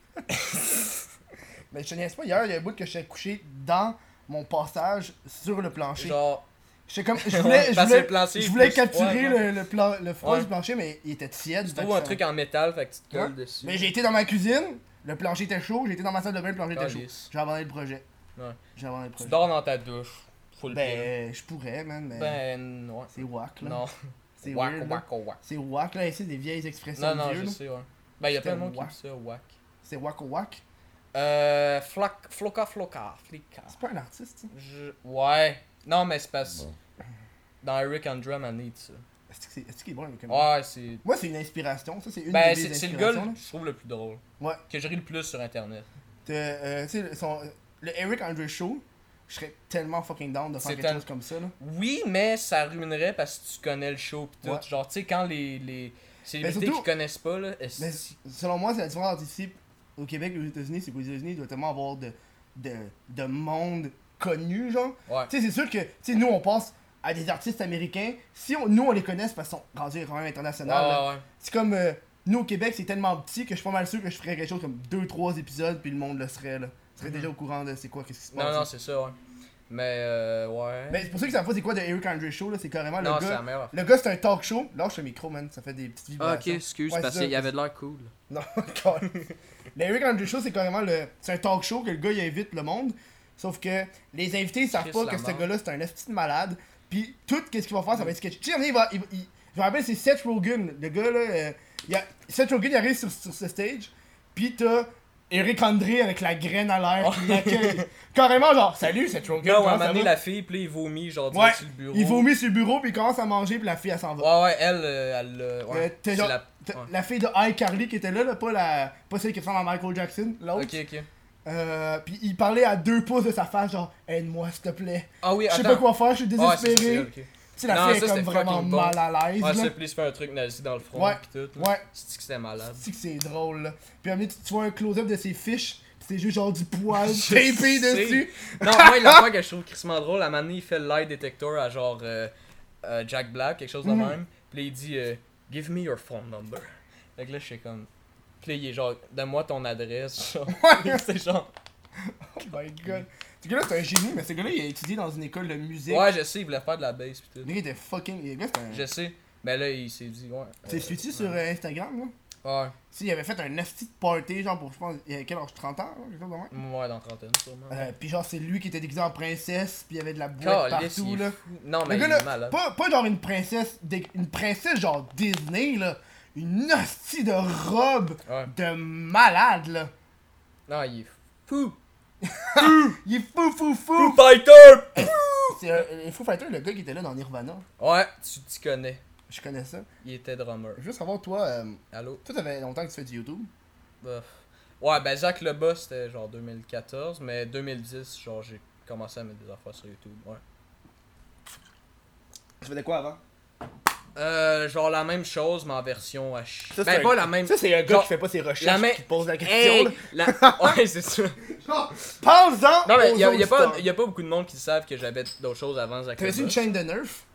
Mais je te niaise pas, hier, il y a un bout que j'étais couché dans mon passage sur le plancher. Genre, J'étais comme, je voulais, je Parce que voulais, le plancher je est voulais plus capturer froid, le, le, plan, le froid Ouais. du plancher, mais il était tiède. tu fait que trouves un ça- truc en métal, fait que tu te colles Ouais. dessus. Mais j'ai été dans ma cuisine, le plancher était chaud, j'ai été dans ma salle de bain, le plancher était chaud. Calice. J'ai abandonné le projet. Ouais. J'avais les Tu projets. dors dans ta douche. Faut le Ben, je pourrais, man, mais Ben, ouais. c'est whack, là. Non. C'est Wack, weird, là. wack, oh, wack. C'est whack, là, c'est des vieilles expressions Non, non, de vieux, je là. sais, ouais. Ben, y'a C'était plein de monde qui wack. dit ça, wack. C'est whack ou whack. Euh. Floc, floca, floca, flica. C'est pas un artiste, ça. Je... Ouais. Non, mais c'est parce. Dans Eric Andrum, elle dit ça. Est-ce que c'est est-ce qu'il est bon, le comique? Ouais, c'est. Moi, c'est une inspiration, ça, c'est une Ben, de mes c'est c'est le gars, inspirations, là. je trouve, le plus drôle. Ouais. Que je ris le plus sur internet. T'as, euh, tu sais, son- le Eric Andre Show, je serais tellement fucking down de faire C'est quelque un- chose comme ça, là. Oui, mais ça ruinerait parce que tu connais le show pis tout. Ouais. Genre, tu sais, quand les, les célébrités surtout- qui connaissent pas, là, Mais est-ce- selon moi, c'est la différence entre ici, au Québec et aux États-Unis, c'est qu'aux États-Unis, il doit tellement avoir de, de, de monde connu, genre. Ouais. Tu sais, c'est sûr que, tu sais, nous, on pense à des artistes américains. Si on, nous, on les connaît, c'est parce qu'ils sont rendus quand même internationaux. là. Ouais, ouais, ouais. C'est comme, euh, nous, au Québec, c'est tellement petit que je suis pas mal sûr que je ferais quelque chose comme deux trois épisodes, puis le monde le serait, là. serait Mhm. déjà au courant de c'est quoi, qu'est-ce qui se Non, passe. non, là. c'est ça, ouais. Mais, euh, ouais. Mais c'est pour ça que ça pas c'est quoi de Eric Andre Show, là. C'est carrément non, le c'est la gars. meilleure. Le gars, c'est un talk show. Lâche le micro, man. Ça fait des petites Ah, vibrations. ok, excuse, Ouais, parce c'est ça. qu'il avait de l'air cool. Non, encore. Le Eric Andre Show, c'est carrément le. C'est un talk show que le gars il invite le monde. Sauf que les invités ils savent Chris pas que Lamar. ce gars-là c'est un esti de malade. Puis tout qu'est-ce qu'il va faire, ça va être sketch. Tu sais, il va. Il, il- je me rappelle, c'est Seth Rogen. Le gars là. euh, il y a, Seth Rogen il arrive sur, sur ce stage. Puis t'as Eric André avec la graine à l'air qui l'accueille. Carrément, genre, salut Seth Rogen. Là, on comment a ça amené va? la fille, puis là, il vomit, genre, Ouais, direct sur le bureau. il vomit sur le bureau, puis il commence à manger, puis la fille elle s'en va. Ouais, ouais, elle, euh, elle. euh, Ouais. Euh, t'as c'est genre- la. T'as ouais. La fille de iCarly qui était là, là pas, la, pas celle qui ressemble à Michael Jackson, l'autre. Ok, ok. Euh, puis il parlait à deux pouces de sa face, genre, aide-moi s'il te plaît. Ah oui, Je sais attends. pas quoi faire, je suis Ouais, c'est ça, désespéré. c'est elle, ok. Tu sais, la Non, fille est ça, comme c'était vraiment fucking bon. mal à l'aise. Ouais, là. c'est plus fait un truc nazi dans le front, Ouais, pis tout. Là. ouais. C'est que c'était malade. Tu sais que c'est drôle là. Puis à un moment donné, tu tu vois un close-up de ses fiches, pis c'est juste genre du poil Je tapé sais. dessus. Non, moi, la fois que je trouve crissement drôle, à un moment donné, il fait le lie detector à genre euh, euh, Jack Black, quelque chose de Mhm. même. Puis là, il dit euh, Give me your phone number. Fait que là, je suis comme. Puis là, il est genre Donne-moi ton adresse. Genre. Ouais. c'est genre. Oh my god. Ce gars-là, c'est un génie, mais ce gars-là, il a étudié dans une école de musique. Ouais, je sais, il voulait faire de la bass pis tout. Le gars, il était fucking. Le gars, c'est un. Je sais. Mais là, il s'est dit, ouais. Tu euh, suis-tu sur euh, Instagram, là? Ouais. Tu sais, il avait fait un nasty party, genre pour, je pense, il avait quel âge? trente ans, là, quelque chose de même? Ouais, dans trentaine, sûrement. Euh, pis genre, c'est lui qui était déguisé en princesse, pis il y avait de la boîte Calisse, partout, il est là. fou. Non, mais Le gars, il là, est malade. pas, pas genre une princesse, dé- une princesse genre Disney, là. Une hostie de robe Ouais. de malade, là. Non, il est fou. Il est fou, fou, Foo fou. Fighter! C'est euh, le Foo Fighter, le gars qui était là dans Nirvana. Ouais, tu t'y connais. Je connais ça. Il était drummer. Je veux savoir, toi, euh, Allô? toi, ça fait longtemps que tu fais du YouTube. Bof. Ouais, ben Zach le Boss, c'était genre deux mille quatorze, mais deux mille dix, genre j'ai commencé à mettre des affaires sur YouTube, ouais. Tu faisais quoi avant? Euh, genre la même chose, mais en version H. Ça, c'est Ben un- pas la même. Ça, c'est un gars Genre, qui fait pas ses recherches, la main- qui pose la question, Hey, là. la... Ouais, c'est ça. Genre, pense-en Non, mais aux y a, y a pas, auditeurs. y a pas beaucoup de monde qui savent que j'avais d'autres choses avant Zach le T'avais-tu une Boss. chaîne de Nerf?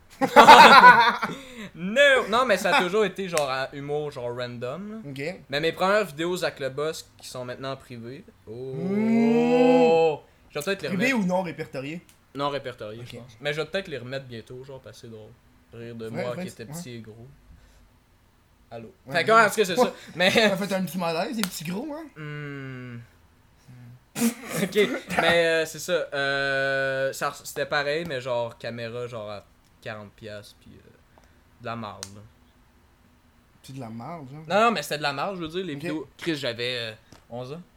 Non! Non, mais ça a toujours été genre à humour, genre random. là. Ok. Mais mes premières vidéos Zach le Boss qui sont maintenant privées. Oh! Mmh. Je vais peut-être les Privé remettre. ou non répertorié? Non répertoriés, Ok. je pense. Mais je vais peut-être les remettre bientôt, genre, parce que c'est drôle. Rire de Ouais, moi ouais, qui c'est- était petit et gros. Allô? Ouais, fait que, ouais. ouais, en tout cas, c'est ça. Mais. Ça fait un petit malaise, des petits gros, hein? Hmm. Ok, mais euh, c'est ça. Euh, ça. C'était pareil, mais genre caméra, genre à quarante piastres, puis euh, de la marde. là. C'est de la merde, genre. Non, non, mais c'était de la marde, je veux dire. Les Ok. vidéos. Chris, j'avais euh, onze ans.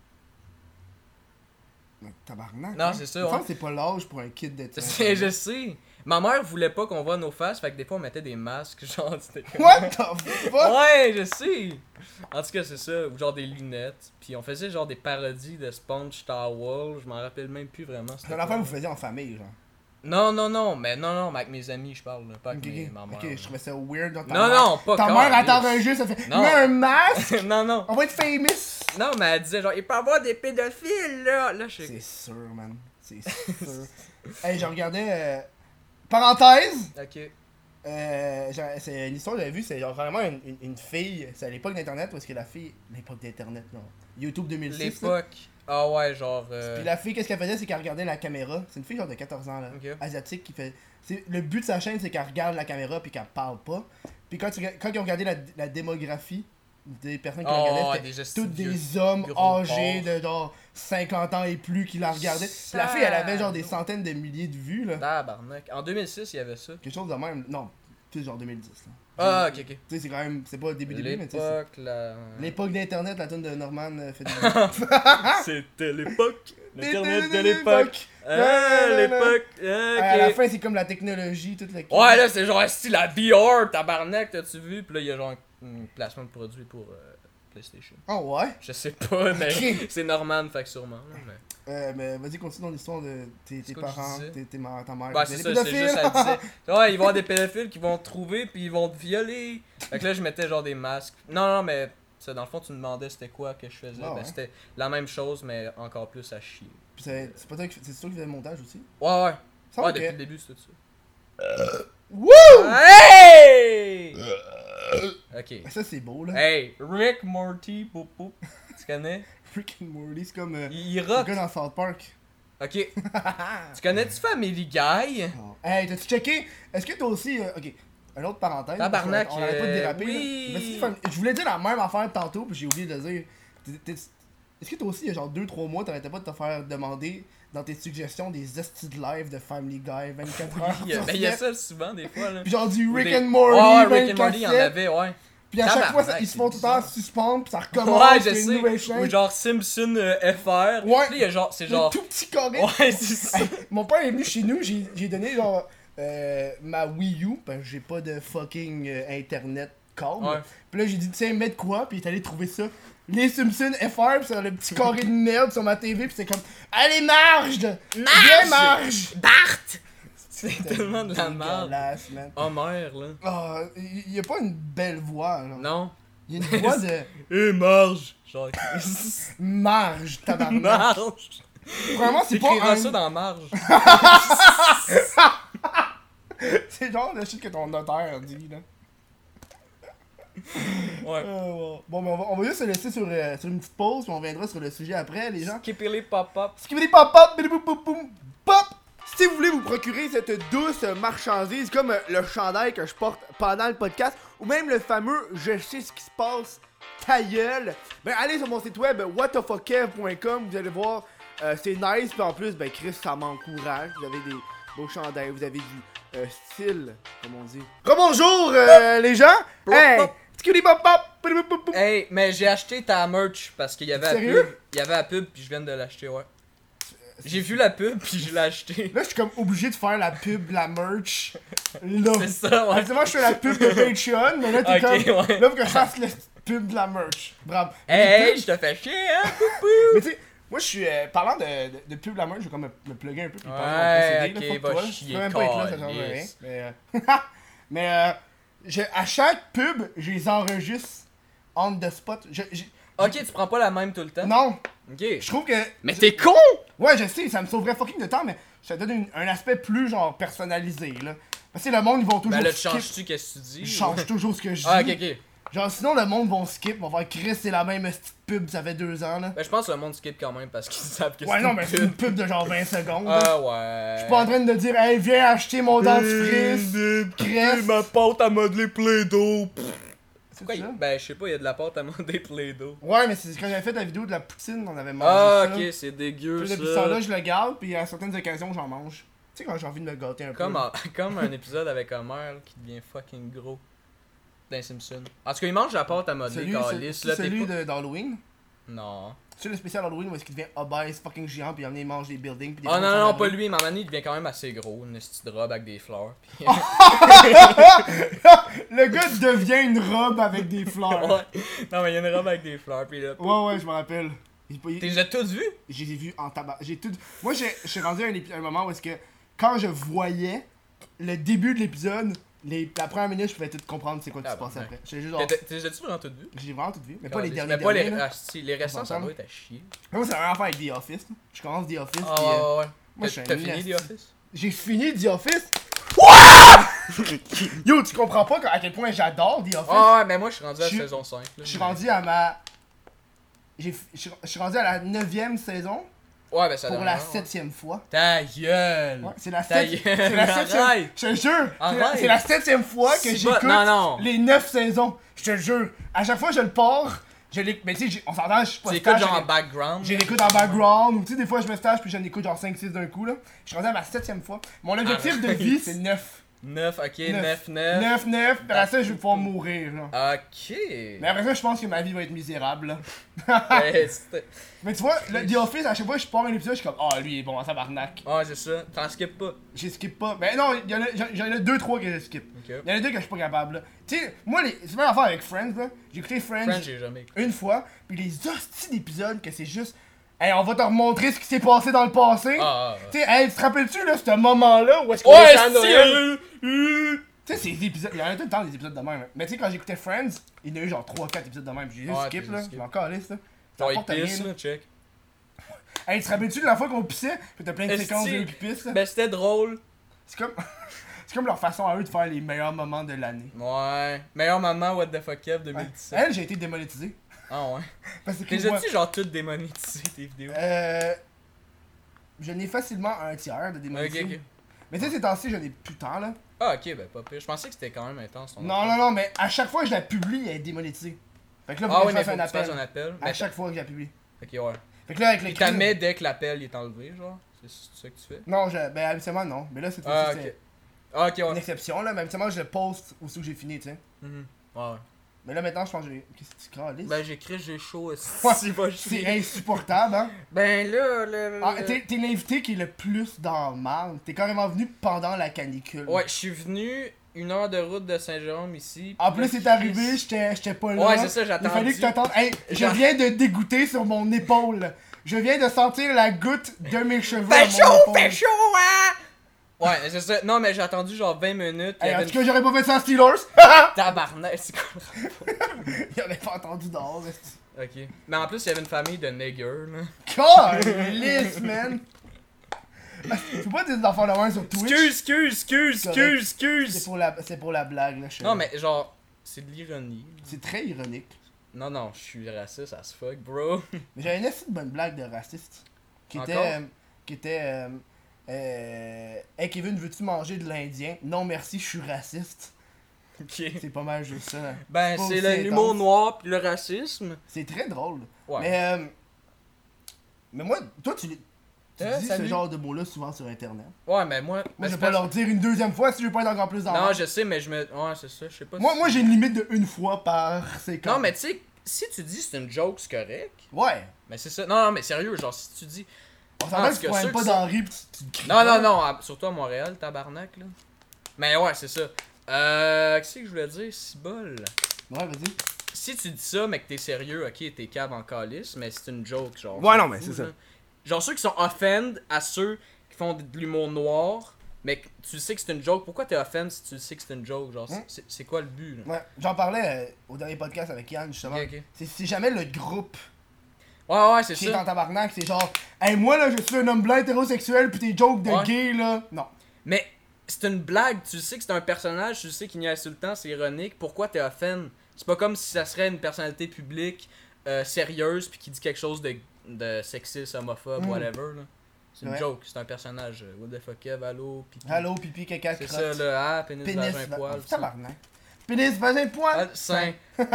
Mais tabarnak. Non, hein. c'est ça, Il me ouais. semble que c'est pas l'âge pour un kid de C'est- Je sais. Ma mère voulait pas qu'on voit nos faces, fait que des fois on mettait des masques, genre. c'était comme- What the fuck? Ouais, je sais. En tout cas, c'est ça. Ou genre des lunettes. Puis on faisait genre des parodies de Sponge Towel. Je m'en rappelle même plus vraiment. C'est c'était une affaire quoi. que vous faisiez en famille, genre. Non, non, non. Mais non, non, mais avec mes amis, je parle. là, Pas avec Ok, mes, ok. ma mère. Ok, je trouvais ça weird. dans ta Non, mère. non, pas Ta quand, mère, elle Alice. t'enregistre, ça fait. Non. Mets un masque! non, non. On va être famous! Non, mais elle disait genre, il peut y avoir des pédophiles là. Là, je C'est sais. sûr, man. C'est sûr. Hey, je regardais. euh, Parenthèse! Ok. Euh, j'ai- c'est une histoire que j'avais vue, c'est genre vraiment une, une, une fille, c'est à l'époque d'Internet, parce que la fille, l'époque d'Internet, non, YouTube deux mille six, là. L'époque. Ah ouais, genre. euh, Puis la fille, qu'est-ce qu'elle faisait, c'est qu'elle regardait la caméra, c'est une fille genre de quatorze ans, là, Ok. asiatique, qui fait, c'est, le but de sa chaîne, c'est qu'elle regarde la caméra, puis qu'elle parle pas, puis quand, tu, quand ils ont regardé la, la démographie des personnes qui la Oh, regardaient, ouais, c'était des gestes toutes vieux, des hommes gros âgés porcs. de genre cinquante ans et plus qui la regardaient. Puis la fille, elle avait genre des centaines de milliers de vues, là. Tabarnak. En deux mille six, il y avait ça. Quelque chose de même. Non, tu sais, genre deux mille dix, là. Ah, ok, ok. Tu sais, c'est quand même. C'est pas début début, mais tu sais. c'est- L'époque, la... L'époque d'Internet, la tune de Norman euh, fait des. C'était l'époque. L'internet de L'époque. l'époque. Ah, l'époque. À la Ah, ok. fin, c'est comme la technologie, toute la. Ouais, là, c'est genre style la V R, tabarnak, t'as-tu vu? Puis là, il y a genre un placement de produit pour euh, PlayStation. Oh ouais? Je sais pas, mais Ok. c'est Norman, fait que sûrement. Là, mais... Euh, mais vas-y, continue dans l'histoire de tes, tes C'est quoi que parents, je disais? tes, tes ma- ta mère. Bah, des c'est ça, c'est pédophiles. juste, elle disait. Ouais, ils vont avoir des pédophiles qui vont te trouver, puis ils vont te violer. Fait que là, je mettais genre des masques. Non, non, mais ça, dans le fond, tu me demandais c'était quoi que je faisais. Ah, Ben, ouais. c'était la même chose, mais encore plus à chier. Puis c'est c'est pas toi qui c'est toi qui fais le montage aussi? Ouais, ouais. Ça, Ouais, ok. depuis le début, c'est tout ça. Wouh! Hey! Ok. Ça, c'est beau, là. Hey, Rick Morty, poup poup. Tu connais? Rick and Morty, c'est comme euh, Il, il le rock. gars dans South Park. Ok. Tu connais-tu Family Guy? Oh. Hey, t'as-tu checké? Est-ce que toi aussi. euh, ok, une autre parenthèse. Tabarnak, parce qu'on arrête pas de euh, déraper. oui. là. Mais si tu fais- je voulais dire la même affaire tantôt, puis j'ai oublié de le dire. T'es- t'es- Est-ce que toi aussi, il y a genre deux trois mois, t'arrêtais pas de te faire demander dans tes suggestions des estis de live de Family Guy vingt-quatre heures? Il y a- sur ben, il y a sept? ça souvent, des fois, là. Puis genre du Ou Rick des- and Morty. Ouais, ouais, Rick and Morty, il y en vingt-quatre sept. avait, ouais. Puis à chaque fois, ça- Tabarnak, ils se c'est font tout le temps bizarre. suspendre, puis ça recommence. Ouais, je puis une sais. nouvelle Ou chaîne. genre Simpson euh, F R. Ouais. Puis il y a genre, c'est Le genre. tout petit carré. Ouais, c'est ça. Hey, mon père est venu chez nous, j'ai j'ai donné genre euh, ma Wii U, parce que j'ai pas de fucking euh, internet câble. Ouais. Puis là j'ai dit tiens mets de quoi, puis il est allé trouver ça. Les Simpsons F R, pis c'est le petit carré de merde sur ma T V, pis c'est comme allez marge! de- Viens marge! Bart! C'est tellement de la merde. Dégueulasse, man. Homer, là. Ah, il y a pas une belle voix là. Non. Il y a une voix de Hé, Marge! Genre. marge, tabarnak. Marge! Vraiment c'est pas T'écriras un... ça dans Marge. C'est genre le shit que ton notaire dit là. Ouais. Euh, bon, Bon, mais on va, on va juste se laisser sur, euh, sur une petite pause, puis on reviendra sur le sujet après, les gens. Skipperly pop-up. Skibidi pop pop, bidi boum boum boum, pop! Si vous voulez vous procurer cette douce marchandise comme euh, le chandail que je porte pendant le podcast, ou même le fameux je sais ce qui se passe, ta gueule, ben allez sur mon site web what the fuck kev point com, vous allez voir, euh, c'est nice, puis en plus, ben Chris, ça m'encourage, vous avez des beaux chandails, vous avez du euh, style, comme on dit. Rebonjour euh, les gens! Hey! Skibidi pop pop, bidi boum boum boum. Hey, mais j'ai acheté ta merch parce qu'il y avait la Sérieux? pub. Il y avait la pub, puis je viens de l'acheter, ouais. J'ai vu la pub, puis je l'ai acheté. Là, je suis comme obligé de faire la pub, la merch. Là. C'est ça, ouais. Actuellement, je fais la pub de Patreon, mais là, t'es Ok, comme. ouais. Là, faut que je fasse la pub de la merch. Bravo. Hey, Les hey, pubs- je te fais chier, hein? Mais tu sais, moi, je suis. euh, parlant de, de, de pub de la merch, je vais comme me, me plugger un peu. Puis Ouais, parler de mon ok, procédé, là, fuck va toi, là. chier, Tu peux même pas être là, ça change rien. calisse. Mais. Euh, mais euh, je- à chaque pub, je les enregistre on the spot. Je, je- Ok, tu prends pas la même tout le temps? non, Ok. je trouve que. Mais t'es con! Ouais, je sais, ça me sauverait fucking de temps, mais ça donne une- un aspect plus genre personnalisé, là. Parce que le monde, ils vont toujours. Ben là, tu skip. changes-tu qu'est-ce que tu dis? Je change toujours ce que je dis. Ah, ok, ok. Genre, sinon, le monde vont skip, vont faire Chris, c'est la même petite pub, ça fait deux ans, là. Ben, je pense que le monde skip quand même parce qu'ils savent que Ouais, c'est non, une mais c'est pub. une pub de genre vingt secondes. là. Ah, ouais. Je suis pas en train de dire, hey, viens acheter mon dentifrice. Cresse. Ma pâte à modeler plein d'eau. C'est Pourquoi ça? il... Ben, je sais pas, il y a de la pâte à modeler plein d'eau. Ouais, mais c'est quand j'avais fait la vidéo de la poutine, on avait mangé Ah, ça. ok, c'est dégueu Puis ça. depuis ce temps-là, je le garde, puis à certaines occasions, j'en mange. Tu sais, quand j'ai envie de me gâter un Comme, peu. en- comme un épisode avec Homer qui devient fucking gros dans Simpson. En tout cas, il mange la pâte à modeler, Celui, calice. c'est- Là, c'est t'es celui pas... de- d'Halloween. Non. C'est le spécial Halloween où est-ce qu'il devient obèse, fucking géant, puis il mange des buildings. Puis des Ah gens non, sont non, à pas l'abri. lui, mais à un moment donné, il devient quand même assez gros, une petite robe avec des fleurs. Puis... Le gars devient une robe avec des fleurs. ouais. Non, mais il y a une robe avec des fleurs, puis là... Ouais, ouais, je me rappelle. Il- il- T'es déjà tous vu? Je les ai vus en tabac. J'ai tout. Moi, j'ai- je suis rendu à un, épi- un moment où est-ce que quand je voyais le début de l'épisode, les, la première minute, je pouvais tout comprendre c'est quoi qui se Ah, passait ouais. après. J'ai juste genre. T'es t'es déjà-tu vraiment tout vu? J'ai vraiment tout vu. Mais pas les derniers. Mais pas les... derniers, là. Ah, si, les récents, ça Ensemble. doit être à chier. Moi, c'est la première fois avec The Office. là. Je commence The Office. Ah, puis, euh, ouais, ouais, ouais. moi, je suis T'as un t'as fini nasty. The Office? J'ai fini The Office. Yo, tu comprends pas à quel point j'adore The Office. Ah, ouais, mais moi, je suis rendu à Je- la saison cinq. là. Je suis rendu à ma. j'ai- Je suis- je suis rendu à la neuvième saison. Ouais, ben ça pour donne la rien, ouais. septième fois. Ta gueule! Ouais, c'est la, Ta sept- gueule. c'est la septième. Arrête. Je te jure, c'est la- Arrête. c'est la septième fois que C'est j'écoute pas- non, non. les neuf saisons. Je te jure. À chaque fois, je le pars. Je l'écoute. Mais tu sais, j'ai- on s'entend, je suis pas Tu écoutes stage, genre je en background. Je l'écoute en background, ou tu sais, des fois je me stage puis j'en écoute genre cinq six d'un coup là. Je suis rendu à ma septième fois. Mon objectif de Arrête. vie c'est neuf. neuf, ok, Neuf. neuf, neuf. neuf neuf, puis après ça je vais pouvoir mourir là. Ok. Mais après ça je pense que ma vie va être misérable là. Ouais, c'était- Mais tu vois, le The Office, à chaque fois que je pars un épisode, je suis comme ah lui il est bon, ça barnac. Ouais, c'est ça. T'en skippes pas. Je skip pas. Mais non, il y en a, j'en- j'en ai deux trois que je skip. Ok. Il y en a deux que je suis pas capable là. Tu sais, moi les, c'est la même affaire avec Friends là. J'ai écouté Friends, Friends, j'ai jamais écouté. une fois, puis les hosties d'épisodes que c'est juste hey, on va te remontrer ce qui s'est passé dans le passé. Ah, ah, ah. Tu sais, hey, tu te rappelles-tu là, ce moment-là où est-ce qu'on Ouais, était à Noël? si, euh, Tu sais, ces épisodes, il y en a tout le temps des épisodes de même. Mais tu sais, quand j'éctais Friends, il y en a eu genre trois quatre épisodes de même. J'ai juste Ouais, skip t'as là, juste je m'en calisse là. Ça Genre, il apporte rien, pisse, là. là, check. Hey, tu te rappelles-tu de la fois qu'on pissait? Puis t'as plein de Esti. séquences de eux qui pissent là? Ben, c'était drôle. C'est comme. C'est comme leur façon à eux de faire les meilleurs moments de l'année. Ouais. Meilleur maman, What the fuck, Kev, deux mille dix-sept. Elle, j'ai été démonétisé. Ah, ouais. Parce que Les moi, as-tu genre toutes démonétisées, tes vidéos? euh. Je n'ai facilement un tiers de Ok, démonétisé. ok. Mais tu sais, ces temps-ci, je n'ai plus tant là. Ah, ok, ben, pas pire. Je pensais que c'était quand même intense. ton Non, affaire. non, non, mais à chaque fois que je la publie, elle est démonétisée. Fait que là, faut Ah, que ouais, je mais fasse faut un que tu fasses appel. un appel. À Mais chaque fois que je la publie. Ok, ouais. Fait que là, avec le Il crime- t'admet dès que l'appel est enlevé, genre? C'est c'est ça que tu fais? Non, je... ben habituellement non. Mais là, cette fois-ci, Ah, ok. c'est Ah, ok, une ouais. exception là. Mais habituellement, je le poste aussi où j'ai fini, tu sais. Mhm. Ouais, ouais. Mais là, maintenant, je pense que j'ai. Qu'est-ce que tu calisses? Ben, j'écris, j'ai chaud. Ouais, Si, va c'est chier. insupportable, hein. Ben, là, le. Ah, t'es t'es l'invité qui est le plus dans le mal. T'es carrément venu pendant la canicule. Ouais, je suis venu une heure de route de Saint-Jérôme ici. En plus, c'est arrivé, j'étais j'étais pas là. Ouais, c'est ça, j'ai Il attendu. fallait que t'attendes. Hey, je J'ai- viens de dégoûter sur mon épaule. Je viens de sentir la goutte de mes cheveux. Fait à mon chaud, épaule. fait chaud, hein! Ouais, c'est ça. Non, mais j'ai attendu genre vingt minutes. Il y Hey, en avait tout une cas, j'aurais pas fait ça en Steelers. tabarnak. C'est quoi le rapport? Il aurait pas entendu dehors. esti. Ok. Mais en plus, il y avait une famille de niggers, là. Calisse, man. Faut pas dire des enfants de même sur Twitch. Excuse, excuse, excuse, Correct. excuse, C'est excuse. pour la, c'est pour la blague, là. je- Non, mais genre, c'est de l'ironie. C'est très ironique. Non, non, je suis raciste as fuck, bro. Mais j'avais une assez bonne blague de raciste. Qui était. Encore? euh, qui était. Euh, euh, hey Kevin, veux-tu manger de l'Indien? Non merci, je suis raciste. Ok. C'est pas mal juste ça. Ben, pas c'est aussi le- l'humour intense. noir pis le racisme. C'est très drôle. Ouais. Mais. Euh, mais moi, toi, tu, tu Euh, dis salut. ce genre de mots-là souvent sur internet. Ouais, mais moi. Moi, mais je c'est vais pas pas- leur dire une deuxième fois si je veux pas être encore plus dans Non, le- je sais, mais je me. Ouais, c'est ça, je sais pas. Moi, si- moi j'ai une limite de une fois par séquence. Non, mais tu sais, si tu dis c'est une joke, c'est correct. Ouais. Mais c'est ça. Non, non, mais sérieux, genre, si tu dis. On Ah, s'entend en que tout tu cas, prends ceux même pas qui dans le riz pis tu, tu te cries Non, pas. non, non, à- surtout à Montréal, tabarnak, là. Mais ouais, c'est ça. Euh. Qu'est-ce que je voulais dire? Si bol. Ouais, vas-y. Si tu dis ça, mais que t'es sérieux, ok, t'es cave en calice, mais c'est une joke, genre. Ouais, non, mais fou, c'est ça. là. Genre, ceux qui sont offend à ceux qui font de l'humour noir, mais que tu sais que c'est une joke, pourquoi t'es offend si tu sais que c'est une joke? Genre, c'est- Hein? c'est c'est quoi le but, là? Ouais, j'en parlais euh, au dernier podcast avec Yann, justement. Ok, ok. C'est c'est jamais le groupe Ouais, ouais, c'est qui est en ça. tabarnak, c'est genre, hey, moi là, je suis un homme blanc hétérosexuel pis tes jokes de Ouais. gay là. Non. Mais c'est une blague, tu sais que c'est un personnage, tu sais qu'il y a insultant, c'est ironique, pourquoi t'es offend? C'est pas comme si ça serait une personnalité publique euh, sérieuse puis qui dit quelque chose de, de sexiste, homophobe, Mm. whatever, là. C'est une Ouais. joke, c'est un personnage. euh, What the fuck, Kev, allô, pipi. Allô, pipi, caca, C'est crotte. ça, là, ah, pénis, Pénis, vagin, va- poil. oh, ça. tabarnak. Pénis, vagin, poil. Ah, sein,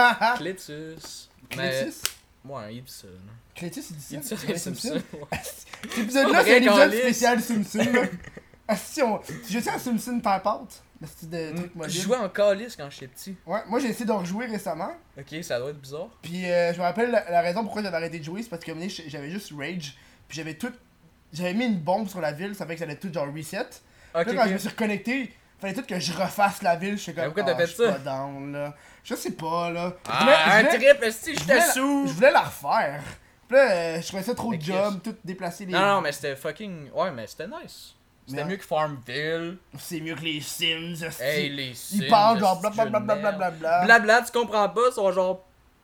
clétus. Mais, Clétus? ouais, il dit ça, là. Clétus, il dit ça. Il dit ça, Ouais, les Simpsons. ouais. Cet épisode-là, Pas c'est un vrai, épisode câlisse. spécial Simpson, là. Ah, si, on... si j'étais à Simpson par pâte, le style de truc Je mobile. jouais en calice quand j'étais petit. Ouais, moi j'ai essayé de rejouer récemment. Ok, ça doit être bizarre. Puis euh, je me rappelle la, la raison pourquoi j'avais arrêté de jouer, c'est parce que comme dit, j'avais juste rage. Puis j'avais tout. J'avais mis une bombe sur la ville, ça fait que ça allait tout genre reset. Ok, Puis là, quand je me ok. suis reconnecté, fallait tout que je refasse la ville. Je suis comme. Mais pourquoi t'as ah, fait je suis ça? pas down là. Je sais pas là. Je Ah, voulais- je un voulais- trip, si je j'étais voulais la- sous. Je voulais la refaire. Puis là, euh, je trouvais ça trop Mais de Chris. job, tout déplacer les. Non, non, mais c'était fucking. Ouais, mais c'était nice. C'était Mais- mieux que Farmville. C'est mieux que les Sims. hostie. Hey, les Sims. Ils parlent genre esti de jeu de blablabla. merde. Blablabla. Blabla, tu comprends pas, ils sont genre.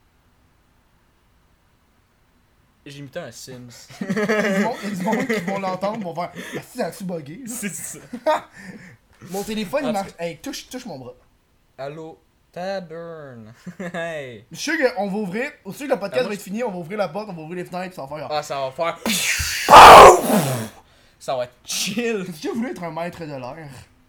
J'ai imité un Sims. Il y a du monde- il y a du monde qui vont l'entendre, vont faire. Ah, si, ça a-tu bugué? là? C'est ça. Mon téléphone, En il tout marche. Hey, touche, touche mon bras. Allô, Taburn. Hey. Je suis sûr qu'on va ouvrir. Au sûr que le podcast Ah, moi, va être fini, on va ouvrir la porte, on va ouvrir les fenêtres, ça va faire. Ah, ça va faire. Ça va être chill. J'ai déjà voulu être un maître de l'air.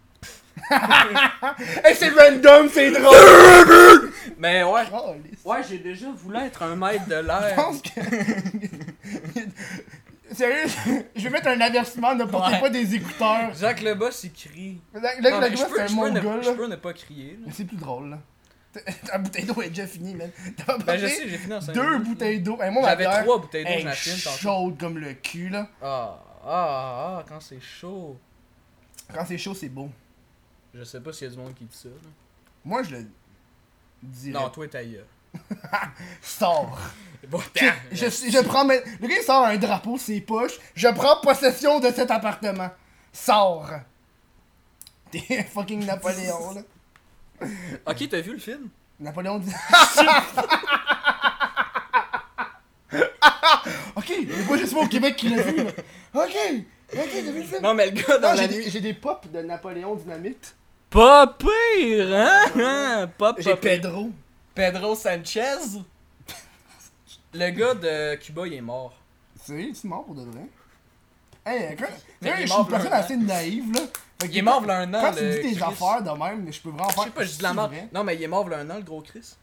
Hey, c'est random, c'est drôle! Mais ouais. Oh, les- Ouais, j'ai déjà voulu être un maître de Je l'air. pense que. Sérieux, je vais mettre un avertissement, ne portez Ouais. pas des écouteurs. Jacques le boss, il crie. Là, là, Non, le mais gars, je c'est peux, un je peux ne- mongol, je là. peux ne pas crier. là. Mais c'est plus drôle, là. Ta bouteille d'eau est déjà finie, man. T'as pas Ben je pris sais, j'ai fini en cinq deux minutes, bouteilles d'eau. Hey, moi, ma J'avais bière trois bouteilles d'eau, est je la filme tantôt. chaude comme le cul, là. Ah, ah, ah, quand c'est chaud. Quand c'est chaud, c'est beau. Je sais pas s'il y a du monde qui dit ça. Là. Moi, je le dirais. Non, toi, ta gueule. Sors. Bon, Je, je, je prends mes... Le gars, il sort un drapeau, ses poches. Je prends possession de cet appartement. Sors. T'es fucking Napoléon, là. Ok, t'as vu le film? Napoléon dit... Ok, il y a pas juste moi au Québec qui l'a vu, là. Ok, ok, t'as vu le film? Non, mais le gars dans Non, la j'ai nuit. des, j'ai des pops de Napoléon Dynamite. Pas pire, hein? Pas J'ai Pedro. Pedro Sanchez. Le gars de Cuba, il est mort. C'est tu mort pour de vrai? Hey, quand... Mais Hey, il est je suis mort une personne v'là un assez naïve, là. Fait que Il est mort v'là un an, Quand le tu me dis des Chris. affaires de même, je peux vraiment Je faire... sais pas, je dis de la C'est mort. vrai? Non, mais il est mort v'là un an, le gros Chris.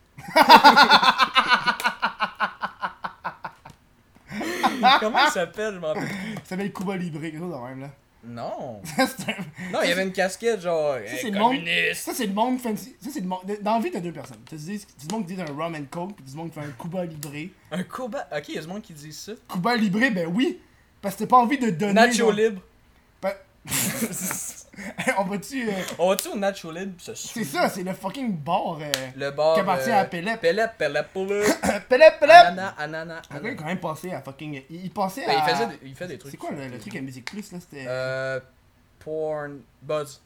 Comment il s'appelle, je m'en rappelle plus. Ça s'appelle Cuba Libre, quelque chose de même, là. Non. Ça, c'est un- Non, il y avait une casquette genre. Ça, hey, c'est le monde... communiste. Ça, c'est le monde fancy. Ça, c'est le monde... Dans la vie, t'as deux personnes. T'as du du monde qui dit un rum and coke, pis du monde qui fait un Cuba Libre. Un Cuba. Ok, il y a du monde qui dit ça. Cuba Libre, ben oui! Parce que t'as pas envie de donner... Nacho genre- libre. Ben- On va-tu... euh, On va-tu au Nacho libre? Ça C'est suit. ça, c'est le fucking bar... Euh... Le bar. Qui appartient euh, à Pelep. Pelep, Pelep, Pelep. Pelep, Pelep! Anana, anana, Le gars, il a anana. quand même passé à fucking... Il, il passait Ben, à... il, faisait des, il fait des trucs. C'est quoi le, le truc à Musique Plus, là? C'était... Euh. Porn. Buzz.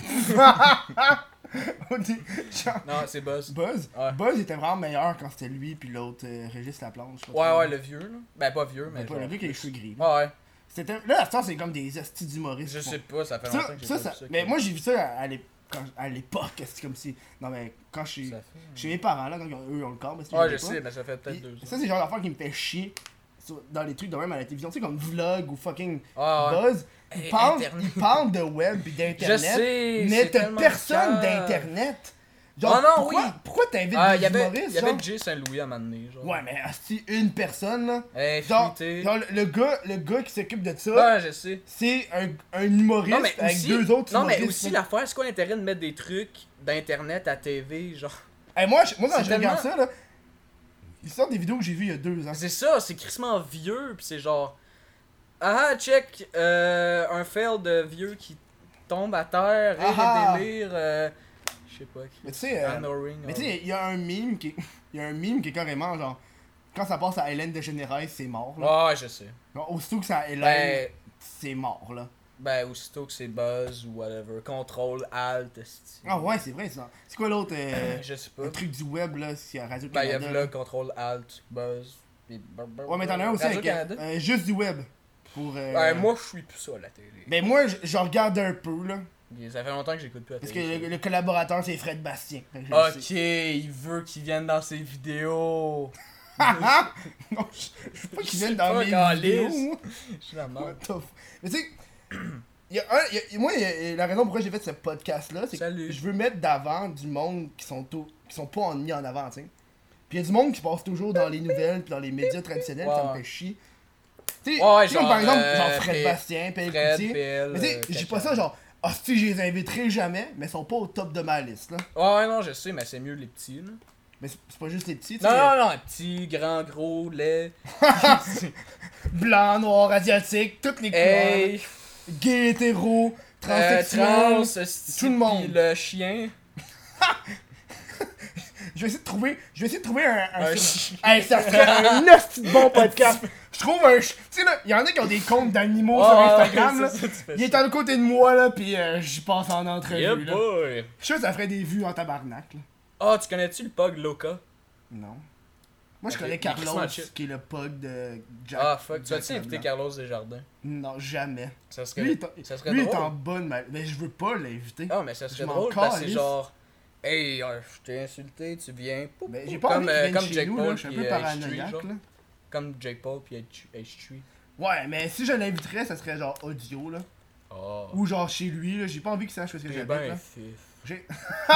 On dit... genre- Non, c'est Buzz. Buzz? Ouais. Buzz était vraiment meilleur quand c'était lui puis l'autre euh, Régis Laplanche. je sais pas Ouais, trop. ouais, le vieux, là. Ben, pas vieux, mais. Mais pas genre le gars qui a les plus. cheveux gris. Là. Ouais, ouais. C'était... Là, à ce temps, c'est comme des hosties d'humoristes. Je qui font- sais pas, ça fait longtemps Ça, que j'ai ça, pas ça... vu ça. Mais quoi. moi, j'ai vu ça à, à l'ép- quand- à l'époque. C'est comme si... Non, mais quand je suis... Ça fait. Chez mes parents, là, quand ils ont- eux, ils ont le corps, mais c'est Ouais, je sais, mais ça fait peut-être Puis, deux ans. ça, c'est le genre d'affaire qui me fait chier sur- dans les trucs de même à la télévision. Tu sais, comme Vlog ou fucking Ah, ouais. Buzz. Ils Eh, parlent, Internet. ils parlent de web pis Je d'internet. sais, Mais c'est t'as tellement personne cave. d'internet. Genre, Ah non, pourquoi, oui. pourquoi t'invites Ah, des il y avait, humoristes, il y avait genre? Jay Saint-Louis à un moment donné, genre. Ouais, mais si une personne, là. Hey, Genre, fruité. genre, le, le gars, le gars qui s'occupe de ça, Ouais, je sais. c'est un, un humoriste Non, mais avec aussi, deux autres non, humoristes. mais aussi l'affaire, c'est quoi l'intérêt de mettre des trucs d'internet à T V, genre. Hey, moi, je- moi, quand C'est je regarde tellement- ça, là, ils sortent des vidéos que j'ai vues il y a deux ans. C'est ça, c'est crissement vieux, pis c'est genre. Ah, check, euh, un fail de vieux qui tombe à terre, rire Ah. et délire, euh, je sais pas. Mais tu sais, euh, Anne Ring. mais tu sais, il y a un meme qui est, il y a un meme qui est carrément genre, quand ça passe à Hélène DeGeneres, c'est mort, là. Ouais, je sais. Genre, aussitôt que c'est à Hélène, Ben, c'est mort, là. ben, aussitôt que c'est Buzz ou whatever, Contrôle, Alt, esti. Ah ouais, c'est vrai, ça. C'est quoi l'autre, euh, Je sais pas. le truc du web, là, c'est à Ben, il y Radio-Canada? a Vlog, Contrôle, Alt, Buzz. pis brr, brr, Ouais, mais t'en as un aussi avec Radio-Canada. euh, juste du web. Pour, euh, Ouais, moi, je suis plus ça à la télé. Ben moi, je, je regarde un peu, là. Ça fait longtemps que j'écoute plus la Parce que télé. le, le collaborateur, c'est Fred Bastien. Fait que je le sais. Ok, il veut qu'il vienne dans ses vidéos. Non, je, je veux pas Je qu'ils sais viennent dans pas, mes câlisse. vidéos, moi. Je suis la What merde. the f- Mais tu sais, il y a un, il y a- moi, il y a- la raison pourquoi j'ai fait ce podcast-là, c'est que Salut. je veux mettre d'avant du monde qui sont, au- qui sont pas en- mis en avant, tu sais. Puis il y a du monde qui passe toujours dans les nouvelles puis dans les médias traditionnels, Ouais. ça me fait chier. Tu sais, Ouais, ouais, tu sais, comme genre, par exemple, euh, genre Fred P- Bastien, P. Fred, Coutier. P L, Mais tu sais, euh, j'ai pas Cacha. ça genre, ah si, je les inviterai jamais, mais ils sont pas au top de ma liste, là. Ouais, ouais, non, je sais, mais c'est mieux les petits, là. Mais c'est c'est pas juste les petits, tu Non, sais. non, non, petit, grand, gros, laid. Blanc, noir, asiatique, toutes les couleurs. Hey, Gay, hétéro, euh, transsexuel. trans, esti, tout le monde. pis le chien. Je vais essayer de trouver, je vais essayer de trouver un, un, Un sur- chien. Hey, ça serait un hostie de bon podcast. Je trouve un, ch- tu sais là, il y en a qui ont des comptes d'animaux sur Ouais, Instagram ouais, là. c'est ça, tu fais Il est ça. à côté de moi là, puis euh, j'y passe en entrevue Yeah, là. boy. Je suis sûr que ça ferait des vues en tabarnak là. Ah, tu connais-tu le Pug Loca? Non. Moi je Ok, connais il est Carlos, crissement chill. qui est le pug de Jack. Ah, fuck, tu Jack vas-tu inviter Leblanc. Carlos Desjardins? Non, jamais. Ça serait, Lui, il est en- ça serait Lui il est drôle. en bonne mal. Mais je veux pas l'inviter. Ah, mais ça serait Je m'en drôle parce que c'est calisse. genre. Hey, euh, je t'ai insulté, tu viens. Pou, Mais pou, j'ai pas comme, envie euh, qu'il comme vienne chez Jake nous Paul là, je suis un puis peu H trois, paranoïaque genre. là. Comme Jake Paul puis H trois. Ouais, mais si je l'inviterais, ça serait genre audio, là. Oh. Ou genre chez lui, là. J'ai pas envie qu'il sache ce que J'ai j'habite, ben là. fif. J'ai.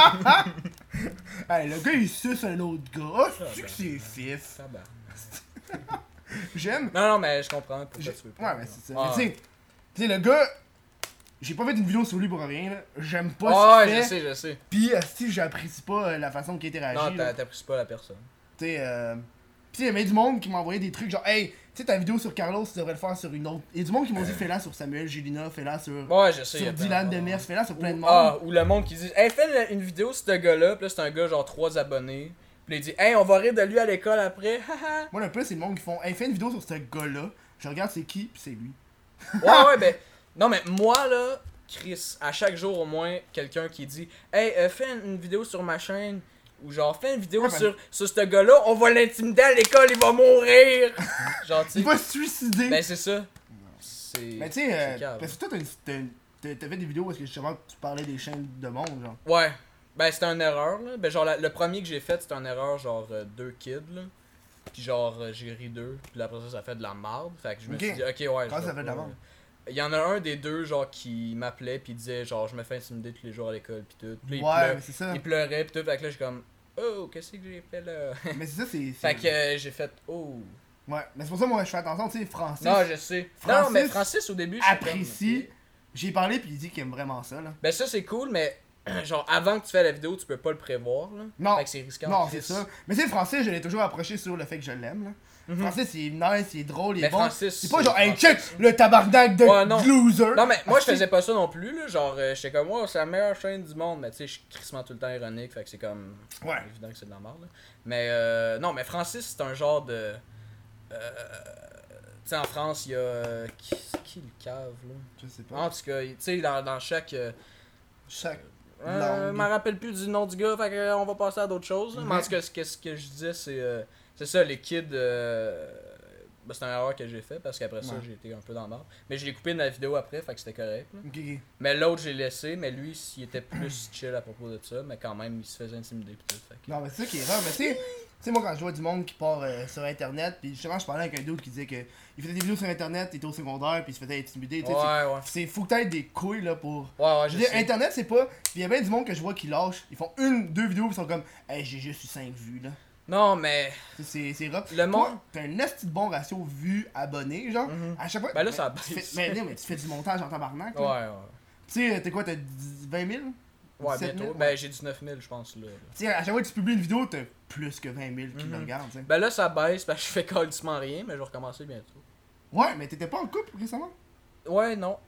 Hey, le gars il suce un autre gars. Oh, c'est que c'est fif. Tabarnak. J'aime. Non, non, mais je comprends pourquoi J'ai- tu veux pas. Ouais, mais c'est ça. Ah. Mais tu sais, tu sais, le gars, j'ai pas fait une vidéo sur lui pour rien, là. J'aime pas Ah, ce ouais, qu'il je fait. sais, je sais. Pis, euh, si j'apprécie pas euh, la façon qu'il interagit. Non, là. t'a- t'apprécies pas la personne. Tu sais, euh. Pis il y avait du monde qui m'a envoyé des trucs genre, hey, tu sais, ta vidéo sur Carlos, tu devrais le faire sur une autre. Il y a du monde qui m'a dit, fais-la sur Samuel Gélina, fais-la sur. Ouais, je sais. y a Sur plein Dylan de- Demers, fais-la sur plein de Ou- monde. Ah, ou le monde qui dit hey, fais une vidéo sur ce gars-là. Puis là, c'est un gars genre trois abonnés. Puis là, il dit hey, on va rire de lui à l'école après. Haha. Moi, le plus, c'est le monde qui font, hey, fais une vidéo sur ce gars-là. Je regarde c'est qui, pis c'est lui. Ouais, ouais, ben. Non, mais moi, là, Chris, à chaque jour au moins, quelqu'un qui dit hey, euh, fais une vidéo sur ma chaîne. Ou genre, fais une vidéo Ouais, ben- sur, sur ce gars-là, on va l'intimider à l'école, il va mourir. Genre, tu sais. Il va se suicider. Ben, c'est ça. C'est. Mais tu sais, euh, c'est cave. parce que toi, t'as- t'as t'as- t'as fait des vidéos parce que justement tu parlais des chaînes de monde, genre. Ouais. Ben, c'était une erreur, là. Ben, genre, la- le premier que j'ai fait, c'était une erreur, genre, euh, deux kids, là. Puis, genre, euh, j'ai ri d'eux. Puis après ça, ça fait de la merde. Fait que je me Ok. suis dit, ok, ouais. Quand je ça vais fait de la pas- merde? Il y en a un des deux, genre, qui m'appelait, puis il disait, genre, je me fais intimider tous les jours à l'école, puis tout. Puis là, il, Ouais, pleu- mais c'est ça. il pleurait, puis tout. Fait que là, j'ai comme, oh, qu'est-ce que j'ai fait là? Mais c'est ça, c'est. Fait c'est- que euh, j'ai fait, oh. Ouais, mais c'est pour ça moi je fais attention, tu sais, Francis. Non, je sais. non, Francis mais Francis, au début, j'étais apprécie. comme, ok. J'ai parlé puis il dit qu'il aime vraiment ça, là. Ben, ça, c'est cool, mais, genre, avant que tu fais la vidéo, tu peux pas le prévoir, là. Non. Fait que c'est risquant. Non, Chris. c'est ça. Mais tu sais, Francis, je l'ai toujours approché sur le fait que je l'aime, là. Mhm. Francis, il est nice, il est drôle, il est Mais bon. Francis, C'est pas c'est genre, hey, Francis. check le tabarnak de Ouais, non. loser. Non, mais moi, je Ah, faisais pas ça non plus, là. Genre, euh, j'étais comme, oh, c'est la meilleure chaîne du monde. Mais tu sais, je suis crissement tout le temps ironique. Fait que c'est comme. Ouais. Évident que c'est de la merde, là. Mais, euh, non, mais Francis, c'est un genre de. Euh, tu sais, en France, il y a. euh, qui, c'est qui le cave, là? Je sais pas. En tout cas, tu sais, dans, dans chaque. Euh, Chaque. euh, je langue. m'en rappelle plus du nom du gars, fait que, euh, on va passer à d'autres choses. là. Mais en Ouais. tout cas, ce que, ce que je disais, c'est. euh, c'est ça, les kids. Euh, ben, c'est une erreur que j'ai fait parce qu'après ça, Ouais. j'ai été un peu dans le marde. Mais je l'ai coupé de la vidéo après, fait que c'était correct. là. Ok, ok. Mais l'autre, j'ai laissé, mais lui, il était plus chill à propos de ça, mais quand même, il se faisait intimider pis tout. Fait que... Non, mais c'est ça qui est rare. Mais tu sais, tu sais, moi, quand je vois du monde qui part euh, sur internet, puis justement, je parlais avec un dude qui disait que il faisait des vidéos sur internet, il était au secondaire, puis il se faisait intimider. Tu sais, Ouais, c'est- ouais. c'est faut que t'aies des couilles, là, pour. Ouais, ouais, Je je veux dire, sais. internet, c'est pas. Puis il y a bien du monde que je vois qui lâchent. Ils font une, deux vidéos, puis ils sont comme, hey, j'ai juste eu cinq vues, là. Non, mais. Tu sais, C'est c'est rough. Le Toi, monde. t'as un esti de bon ratio vues-abonnés, genre. Mhm. À chaque fois. Ben là, mais ça tu baisse. fais- Mais non, mais tu fais du montage en tabarnak, Ouais, là. ouais. Tu sais, t'es quoi, t'as dix- vingt mille? Ouais, dix-sept bientôt. mille? Ben, j'ai dix-neuf mille, je pense, là. là. Tu sais, à chaque fois que tu publies une vidéo, t'as plus que vingt mille qui Mhm. le regardent, tu sais. Ben là, ça baisse parce que je fais quasiment rien, mais je vais recommencer bientôt. Ouais, mais t'étais pas en couple récemment? Ouais, non.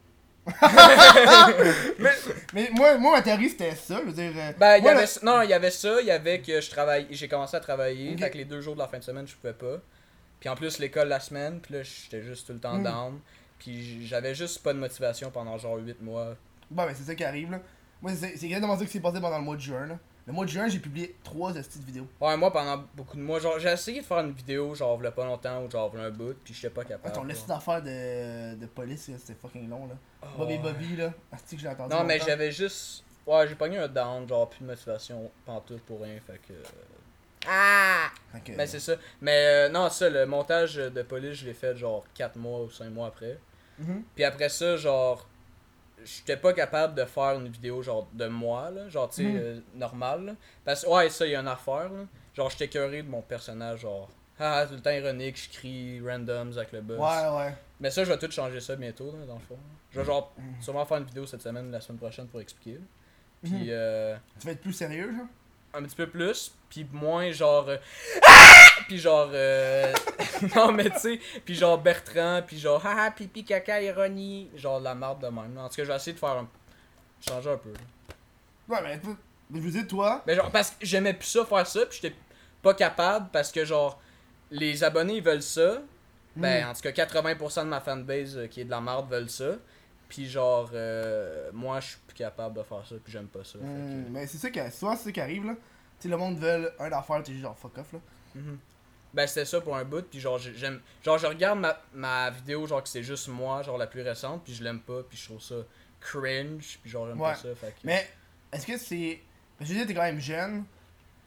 mais, mais moi, moi, ma théorie c'était ça, je veux dire. euh, Ben, il y moi, avait le- ça- non, il y avait ça, il y avait que je travaille, j'ai commencé à travailler, Ok. fait que les deux jours de la fin de semaine, je pouvais pas. Puis en plus, l'école la semaine, puis là, j'étais juste tout le temps Mm. down. Puis j'avais juste pas de motivation pendant genre huit mois. Bon, ben c'est ça qui arrive, là. Moi, c'est c'est exactement ça qui s'est passé pendant le mois de juin, là. Le mois de juin, j'ai publié trois petites vidéos. Ouais, moi, pendant beaucoup de mois, genre, j'ai essayé de faire une vidéo, genre, v'là pas longtemps, ou genre, v'là un bout, puis j'étais pas Ah, capable. ton genre. liste d'affaires de, de police, là, c'était fucking long, là. Oh, Bobby ouais. Bobby, là. Asti que j'ai entendu. Non, mais longtemps. j'avais juste. Ouais, j'ai pogné un down, genre, plus de motivation, pantoute pour rien, fait que. Ah! Fait que- Ben, c'est ça. Mais euh, non, ça, le montage de police, je l'ai fait genre quatre mois ou cinq mois après. Mhm. Puis après ça, genre, j'étais pas capable de faire une vidéo genre de moi, là, genre, tu sais, Mhm. euh, normal, là. Parce que, ouais, ça, il y a une affaire, là. Genre, j'étais écœuré de mon personnage, genre, ah, tout le temps ironique, je crie randoms avec le boss. Ouais, ouais. Mais ça, je vais tout changer ça bientôt, là, dans le fond. Je vais genre, Mhm. sûrement faire une vidéo cette semaine, la semaine prochaine pour expliquer. là. Puis, Mhm. euh, Tu vas être plus sérieux, genre? un petit peu plus, puis moins genre euh, Ah! Puis genre euh, non mais tu sais, puis genre Bertrand, puis genre haha pipi caca ironie, genre de la marde de même. En tout cas, je vais essayer de faire un changer un peu. là. Ouais, mais, mais je veux dire, toi. Mais genre parce que j'aimais plus ça faire ça, puis j'étais pas capable parce que genre les abonnés ils veulent ça. Ben Hmm. en tout cas quatre-vingts pour cent de ma fanbase euh, qui est de la marde veulent ça. Puis genre euh, moi je suis plus capable de faire ça, puis j'aime pas ça. fait que- Hmm, mais c'est ça qui, souvent, c'est ça qui arrive, là. Tu sais, le monde veut un affaire, t'es juste genre fuck off, là. Mhm. Ben c'était ça pour un bout, puis genre j'ai- j'aime genre je regarde ma, ma vidéo genre que c'est juste moi, genre la plus récente, puis je l'aime pas, puis je trouve ça cringe, puis genre j'aime Ouais. pas ça, fait que... Mais, est-ce que c'est. Parce que je veux dire, t'es quand même jeune.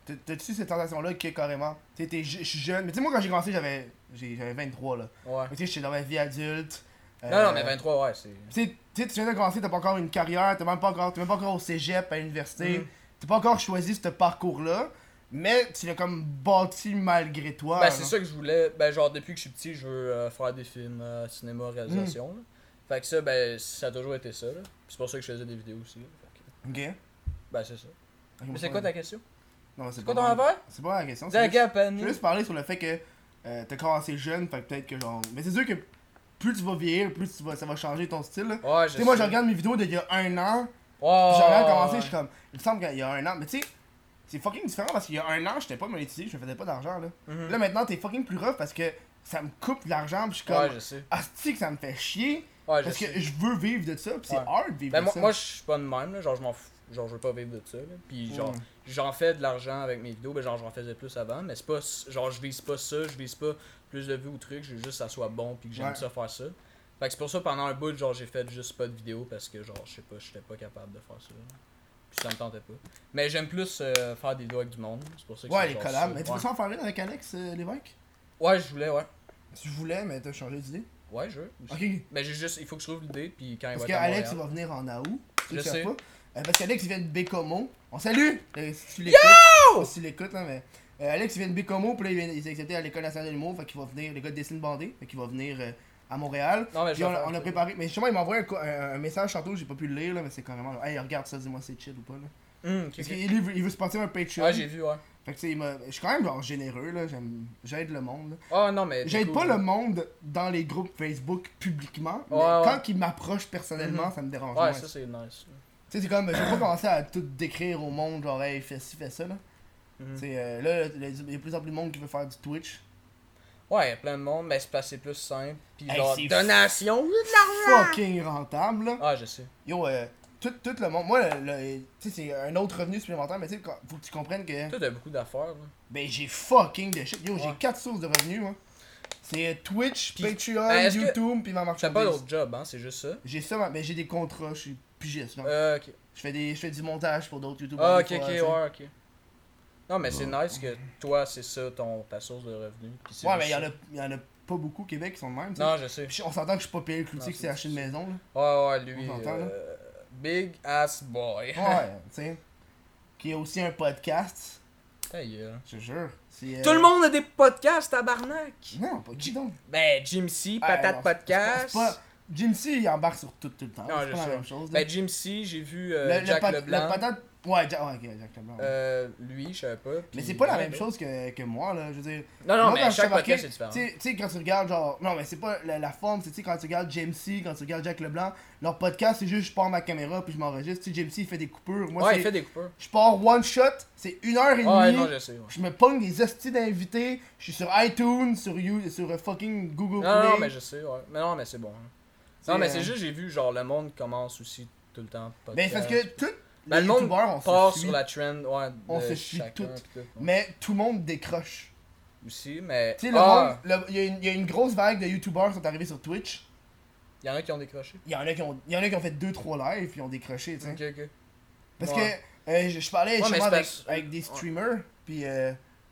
T'as- T'as-tu cette tentation-là que carrément, tu sais, t'es- je suis jeune, mais tu sais, moi quand j'ai commencé, j'avais j'ai- j'avais vingt-trois là. Ouais. Mais tu sais, j'étais dans ma vie adulte. Non, euh, non, mais vingt-trois, ouais, c'est. Tu sais, tu sais, tu viens de commencer, t'as pas encore une carrière, t'es même pas encore, t'es même pas encore au cégep, à l'université. Mhm. T'as pas encore choisi ce parcours-là, mais tu l'as comme bâti malgré toi. Ben, c'est genre. ça que je voulais. Ben, genre, depuis que je suis petit, je veux euh, faire des films, euh, cinéma, réalisation. là. Fait que ça, ben, ça a toujours été ça. là. Puis c'est pour ça que je faisais des vidéos aussi. là. Fait que, Ok. ben, c'est ça. Ok, Mais c'est quoi ta question? Non, c'est C'est quoi pas ton vraiment- affaire? C'est pas la question. Dis C'est à juste- quel Je panier? veux juste parler sur le fait que euh, t'as commencé jeune, fait que peut-être que genre. Mais c'est sûr que plus tu vas vieillir, plus tu vas, ça va changer ton style. là. Ouais, Tu je sais, moi je sais. regarde mes vidéos d'il y a un an, Ouais, puis j'ai regarde ouais, commencer, ouais. je suis comme. Il me semble qu'il y a un an, mais tu sais, c'est fucking différent parce qu'il y a un an, j'étais pas monétisé, je me faisais pas d'argent là. Mhm. Là maintenant, t'es fucking plus rough parce que ça me coupe de l'argent, puis je suis comme. Ouais, je sais. Asti que ça me fait chier, Ouais, je parce sais. que je veux vivre de ça, puis c'est Ouais. hard de vivre Ben, de moi, ça. moi je suis pas de même, là. Genre, je m'en fous. Genre, je veux pas vivre de ça, là. Puis, genre, Ouais. j'en fais de l'argent avec mes vidéos. Ben, genre, j'en faisais plus avant. Mais c'est pas. Genre, je vise pas ça. Je vise pas plus de vues ou trucs. Je veux juste que ça soit bon. Puis que j'aime Ouais. ça faire ça. Fait que c'est pour ça, pendant un bout, genre, j'ai fait juste pas de vidéos. Parce que, genre, je sais pas, j'étais pas capable de faire ça. là. Puis ça me tentait pas. Mais j'aime plus euh, faire des vidéos avec du monde. C'est pour ça que Ouais, c'est les genre collabs. ça. Mais tu ouais. veux s'en faire une avec Alex euh, Lévesque? Ouais, je voulais, ouais. Tu voulais, mais t'as changé d'idée. Ouais, je veux. Ok. Mais j'ai juste. Il faut que je trouve l'idée. Puis quand il Parce va que être à Alex il Montréal. va venir en août. Tu Je le sais sais. pas. Euh, parce qu'Alex il vient de Bécomo. On salue! Euh, si tu l'écoutes. Je sais pas si tu l'écoutes, hein, mais. euh, Alex il vient de Bécomo, puis là il, vient, il s'est accepté à l'École nationale de l'humour, fait qu'il va venir, l'école de dessin bandé, fait qu'il va venir euh, à Montréal. Non, mais je Puis vais on, faire on a ça. préparé. Mais justement, il m'a envoyé un, co- un, un message tantôt, j'ai pas pu le lire, là, mais c'est carrément. Là, hey, regarde ça, dis-moi si c'est chill ou pas. Là. Hum, ok, Parce ok. qu'il il veut, il veut se partir un Patreon. Ouais, j'ai vu, ouais. Fait que tu sais, il m'a- je suis quand même genre généreux, là. j'aime- J'aide le monde. là. Oh non, mais. J'aide du pas coup, le monde dans les groupes Facebook publiquement, mais Ouais, ouais. quand il m'approche personnellement, Mhm. ça me dérange. Ouais, moins. ça c'est nice. Tu sais, c'est comme, je vais pas commencer à tout décrire au monde, genre, hey, fais ci, fais ça, là. Mhm. Tu sais, euh, là, il y a de plus en plus de monde qui veut faire du Twitch. Ouais, il y a plein de monde, mais c'est parce que c'est plus simple. Pis Hey, genre, c'est donation. Fucking rentable, là. Ah, je sais. Yo, euh, tout, tout le monde, moi, le- le- tu sais, c'est un autre revenu supplémentaire, mais tu sais, quand- faut que tu comprennes que, Toi, t'as beaucoup d'affaires, là. ben, j'ai fucking de shit. Yo, j'ai Ouais. quatre sources de revenus, moi. C'est euh, Twitch, Puis- Patreon, Ben, est-ce que- YouTube, puis ma T'as marchandise. pas d'autre job, hein, c'est juste ça. J'ai ça, mais j'ai des contrats, je suis pigiste, genre. Euh, ok. Je fais des, je fais du montage pour d'autres YouTubers. Ah, des ok, fois, ok, tu sais. ouais, ok. Non, mais c'est nice que toi, c'est ça, ton, ta source de revenus. pis c'est Ouais, juste mais y'en ça. a, y en a pas beaucoup au Québec qui sont de même, tu sais. Non, je sais. Puis on s'entend que je suis pas payé le cloutier Non, qui c'est s'est acheté une maison, là. Ouais, ouais, lui. On s'entend, là. euh, Big ass boy. Ouais, tu sais. Qui a aussi un podcast, Ta gueule. je te jure. C'est, euh, Tout le monde a des podcasts, tabarnak! Non, pas qui donc. Ben, Jim C, Ah, Patate non, c'est pas- Podcast. c'est pas- Jim C, il embarque sur tout, tout le temps. Non, c'est je pas la sais. même chose. là. Ben, Jim C, j'ai vu euh, le, le Jack pat- Leblanc. Le patate. Ouais, Jack, ouais, ok, Jack Leblanc. ouais. Euh, lui, je savais pas. mais puis- c'est pas la ouais, même ouais. chose que, que moi, là. Je veux dire. Non, non, Moi, mais quand je chaque t'ai marqué, podcast c'est différent. Tu sais- tu sais, quand tu regardes, genre. Non, mais c'est pas la, la forme, c'est tu sais, quand tu regardes James C, quand tu regardes Jack Leblanc, leur podcast, c'est juste je pars ma caméra puis je m'enregistre. Tu sais, James C, il fait des coupures. Moi, Ouais, c'est. il fait des coupures. Je pars one shot, c'est une heure et demie. Ouais, non, je sais. Ouais. Je me pogne des hosties d'invités. Je suis sur iTunes, sur, you, sur euh, fucking Google Non, Play. non, mais je sais, ouais. Mais non, mais c'est bon. hein. C'est, Non, mais euh, c'est juste, j'ai vu, genre, le monde commence aussi tout le temps. Mais podcast. c'est parce que tous Ben, les le monde youtubeurs, on part se sur suit. la trend, ouais. On de se suit chacun, toutes. pis tout, ouais. Mais tout le monde décroche. Aussi, mais. Tu sais, le Ah, monde, le- il y, a une- il y a une grosse vague de youtubeurs qui sont arrivés sur Twitch. il y en a qui ont décroché. Il y en a qui ont, il y en a qui ont fait deux trois lives puis ils ont décroché, tu sais. Ok, ok. Parce Ouais. que euh, je, je parlais Ouais, mais justement c'est avec, parce- avec des streamers, puis euh,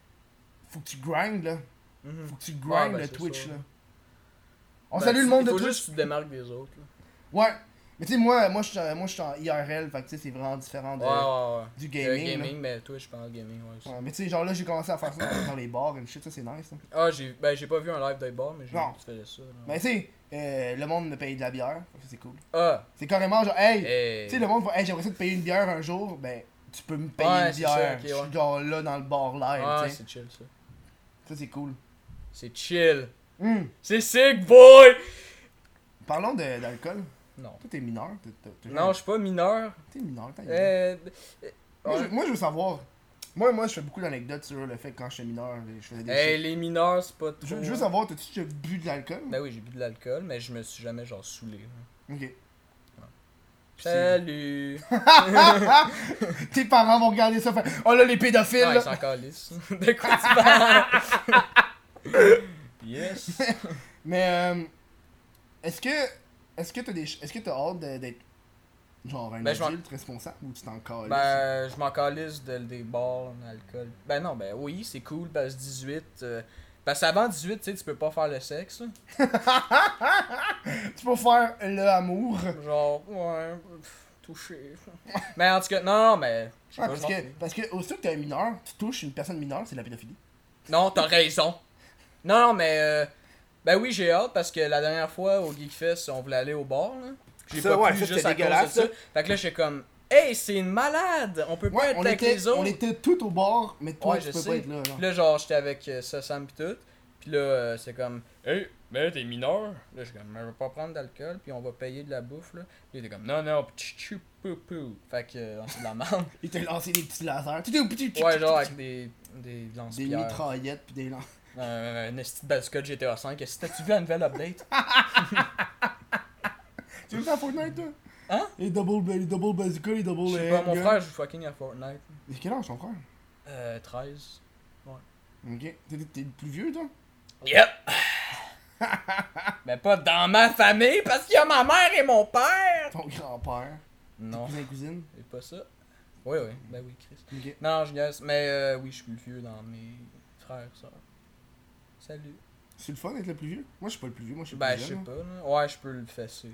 faut que tu grindes là. Mhm. Faut que tu Ouais, grindes ben, le c'est Twitch sûr. là. On Ben, salue le tu- monde il de faut Twitch. juste que tu te démarques des autres. là. Ouais. Mais tu sais, moi, moi je suis moi, je suis en I R L, fait que tu sais, c'est vraiment différent de, Ouais, ouais, ouais. du Le gaming. là. gaming, mais toi, je parle gaming, ouais. aussi. Ouais, mais tu sais, genre là, j'ai commencé à faire ça dans les bars et shit, ça c'est nice. Là. Ah, j'ai ben, j'ai pas vu un live de bar, mais j'ai Non. vu que tu faisais ça. là. Mais tu sais, euh, le monde me paye de la bière, fait que ça c'est cool. Ah, C'est carrément genre, hey, hey. tu sais, le monde va, hey, j'aimerais ça te payer une bière un jour, ben, tu peux me payer Ouais, une c'est bière. ça, ok, Je suis ouais. genre là dans le bar live, Ah, tu sais. c'est chill, ça. Ça c'est cool. C'est chill. Hum. C'est sick, boy! Parlons de- d'alcool. Non. Toi, t'es mineur. T'es, t'es- t'es Non, je suis pas mineur. T'es mineur, t'as Euh. moi, ouais. je, moi, je veux savoir. Moi, moi, je fais beaucoup d'anecdotes sur le fait que quand j'étais mineur, je faisais des Hey, shit. les mineurs, c'est pas trop. Je, je veux savoir, t'as-tu déjà bu de l'alcool? Ben oui, j'ai bu de l'alcool, mais je me suis jamais genre saoulé. là. Ok. Puis Salut! c'est- Tes parents vont regarder ça, faire oh là, les pédophiles! Ah, là. ils sont encore lisses. De quoi tu parles? Yes! Mais, euh, est-ce que. Est-ce que t'as des. ch- Est-ce que t'as hâte de- d'être. Genre un Ben, je m'en- adulte responsable ou tu t'en calisses? Ben, je m'en calisse de, des bars, l'alcool. Ben non, ben oui, c'est cool, parce que dix-huit... Euh, parce qu'avant dix-huit, tu sais, tu peux pas faire le sexe, là. Tu peux faire le amour. Genre, ouais, pff, toucher. Mais en tout cas, non, non, mais... je sais Ouais, pas, parce, je m'en que, fous. parce que aussitôt que t'es un mineur, tu touches une personne mineure, c'est de la pédophilie. Non, t'as raison. Non, non, mais... Euh, ben oui, j'ai hâte, parce que la dernière fois, au Geekfest, on voulait aller au bar, là. J'ai Ça, pas ouais, pu ça, juste c'était à cause de dégueulasse, ça. ça. Fait que là, j'étais comme... Hey, c'est une malade! On peut pas Ouais, être on avec était, les autres. on était tout au bar, mais toi, Ouais, tu je peux sais. pas être là. Genre. Puis là, genre, j'étais avec euh, ça, Sam pis tout. Puis là, euh, c'est comme, hey, mais t'es mineur. Là, je suis comme, je vais pas prendre d'alcool, puis on va payer de la bouffe, là. Puis il était comme, non, non, tchou pou pou. Fait que, euh, c'est de la merde. Il t'a lancé des petits lasers. Tout, tout, tout, tout, Ouais, tout, genre, tout. avec des, des Des lance-pierres. mitraillettes pis des lances. Euh, un esti de bazooka de G T A cinq. Est-ce que t'as-tu vu la nouvelle update? Tu veux faire Fortnite, toi? Hein? Les double, les double bazooka, les double. Je sais euh, pas, mon guns. frère joue fucking à Fortnite. Mais quel âge ton frère? Euh, treize. Ok. T'es t'es le plus vieux, toi? Yep! Mais pas dans ma famille, parce qu'il y a ma mère et mon père! Ton grand-père? Non, Cousin, cousine? c'est pas ça. Oui, oui, ben oui, Chris. Ok. Non, non, je niaise. Mais euh, oui, je suis le vieux dans mes frères, sœurs. Salut. C'est le fun d'être le plus vieux? Moi, je suis pas le plus vieux, moi, je suis le Ben, plus je sais jeune, pas, là. Ouais, je peux le fesser.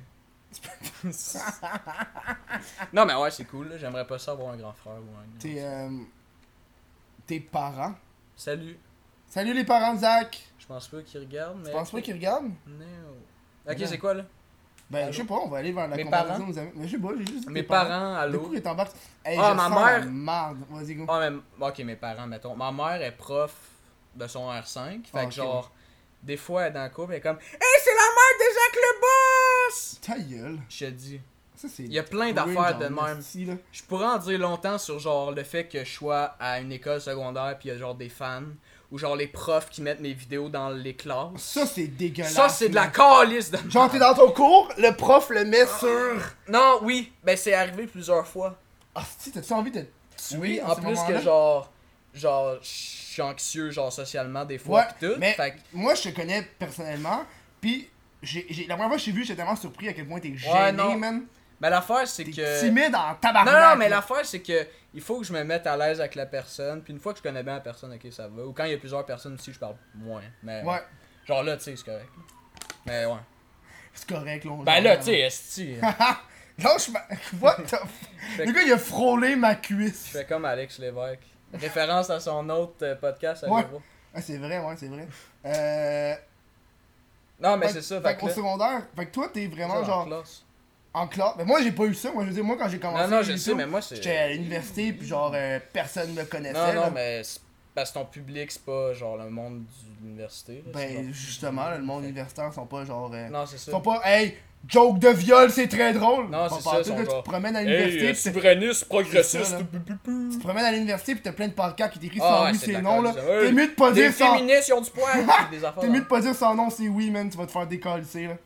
Non, mais ouais, c'est cool, là. J'aimerais pas ça avoir un grand frère ou un grand Tes, frère. euh, tes parents. Salut. Salut les parents de Zach! Je pense pas qu'ils regardent, mais. Tu penses pas qu'ils regardent? Non. Ok, Non. c'est quoi, là? Ben, Allô? je sais pas, on va aller vers la Mes conversation parents? aux amis. Mais je sais pas, j'ai juste dit Mes tes parents. parents, Du allô? coup, il t'embarque. Hey, Ah, je ma sens mère- la marde. Vas-y, go. Ah, mais. Ok, mes parents, mettons. Ma mère est prof de son R cinq. Fait Ah, que, ok, genre, des fois, elle est dans le couple, elle est comme. Hey, c'est la mère de Jacques le boss! Ta gueule. Je te dis. Ça, c'est. Il y a plein cringe d'affaires de en même. esti, là. Je pourrais en dire longtemps sur genre le fait que je sois à une école secondaire puis il y a genre des fans ou genre les profs qui mettent mes vidéos dans les classes. Ça, c'est dégueulasse. Ça c'est de la là. calice de Genre, t'es dans ton cours, le prof le met sur. Non, oui, ben c'est arrivé plusieurs fois. Ah, si, t'as-tu envie de te tuer Oui, à en ce plus moment-là? que genre genre je suis anxieux genre socialement des fois Ouais, pis tout. mais Fait que- moi, je te connais personnellement, pis j'ai, j'ai- la première fois que je t'ai vu, j'étais tellement surpris à quel point t'es gêné, Ouais, non. man. mais l'affaire c'est T'es que timide en Non, tabarnak. non, mais là. l'affaire, c'est que il faut que je me mette à l'aise avec la personne. Puis une fois que je connais bien la personne, ok, ça va. Ou quand il y a plusieurs personnes aussi, je parle moins. Mais Ouais, genre là, tu sais, c'est correct. Mais ouais. c'est correct, là. on Ben genre, là, tu sais, esti. Lâche ma. What the f... Fait Le que- gars, il a frôlé ma Je cuisse. fais comme Alex Lévesque. Référence à son autre euh, podcast, allez Ouais. voir. Ah, c'est vrai, ouais, c'est vrai. Euh. Non, mais fait- c'est ça, Fait fait qu'au que là, secondaire, fait que toi, t'es vraiment en genre classe. en classe. Mais moi, j'ai pas eu ça. Moi, je veux dire, moi, quand j'ai commencé. Non, non, je YouTube, sais, mais moi, c'est... J'étais à l'université, puis genre, euh, personne me connaissait. Non, là. non, mais c'est parce que ton public, c'est pas genre le monde de l'université. là, c'est Ben, genre- justement, là, le monde universitaire sont pas genre. euh, Non, c'est ça. sont pas, hey, joke de viol, c'est très drôle. Non, Pas c'est partout, ça, ils sont là, tu genre, te promènes à l'université, Hey, pis t'as- souverainiste, progressiste, progressiste, tu te promènes à l'université, pis t'as plein de pancartes qui t'écrivent Ah sans ouais, oui, c'est c'est de la non, là. calice. Hey, T'es mieux de pas Des dire sans. féministes, ils ont du poil! des affaires. T'es mieux de pas dire sans non, c'est oui, man, tu vas te faire décalisser, là.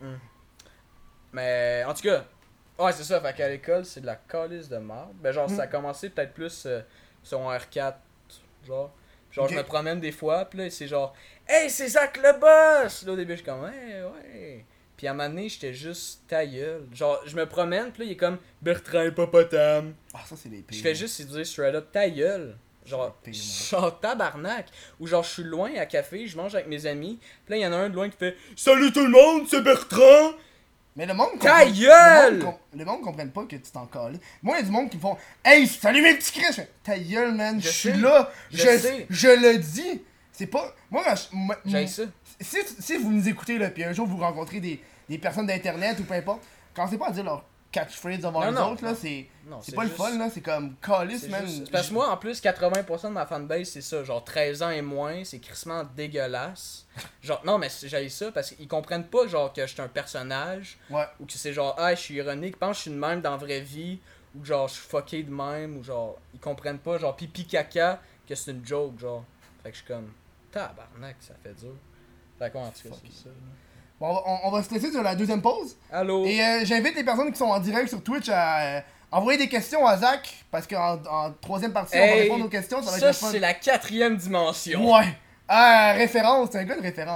Mais en tout cas, ouais, c'est ça. Fait qu'à l'école, c'est de la calice de merde. Ben, genre, ça a commencé peut-être plus euh, sur un R quatre, genre. Genre, Ok. je me promène des fois, pis là, c'est genre, hey, c'est Zach le boss! Là, au début, je suis comme, ouais, ouais. Puis à un moment donné, j'étais juste ta gueule. Genre, je me promène, pis là, il est comme, Bertrand Hippopotame. Ah, ça, c'est les pires. Je fais juste lui dire straight up ta gueule. Genre, C'est pire, genre tabarnak. Ou genre, je suis loin à café, je mange avec mes amis. Pis là, il y en a un de loin qui fait salut tout le monde, c'est Bertrand! Mais le monde Ta comprend- gueule! Le monde, com- le monde comprenne pas que tu t'en cales. Moi, il y a du monde qui me font hey, salut mes petits Chris! Je fais, ta gueule, man, je Je suis sais. là, Je je, sais. je le dis. C'est pas. Moi, quand je- moi- J'ai ça. si, si vous nous écoutez, là, puis un jour vous rencontrez des, des personnes d'internet ou peu importe, commencez pas à dire leur catchphrase devant Non, les non, autres, là, non. c'est. Non, C'est pas le juste- fun, là, c'est comme calice, c'est man. juste- Parce que moi, en plus, quatre-vingts pour cent de ma fanbase, c'est ça. Genre treize ans et moins, c'est crissement dégueulasse. Genre, non, mais j'ai ça parce qu'ils comprennent pas, genre, que je suis un personnage. Ouais. Ou que c'est genre, ah, je suis ironique. Ils pensent que je suis de même dans la vraie vie. Ou que genre, je suis fucké de même. Ou genre, ils comprennent pas, genre, pipi caca, que c'est une joke, genre. Fait que je suis comme, tabarnak, ça fait dur. Fait que, ouais, en tout cas, c'est ça. là. Bon, on, va- on- on va se laisser sur la deuxième pause. Allô? Et euh, j'invite les personnes qui sont en direct sur Twitch à euh, envoyer des questions à Zach, parce qu'en en troisième partie, on va Hey, répondre aux questions, ça va ça, être le fun. c'est la quatrième dimension. Ouais. Ah, référence, c'est un gars de référence, oui.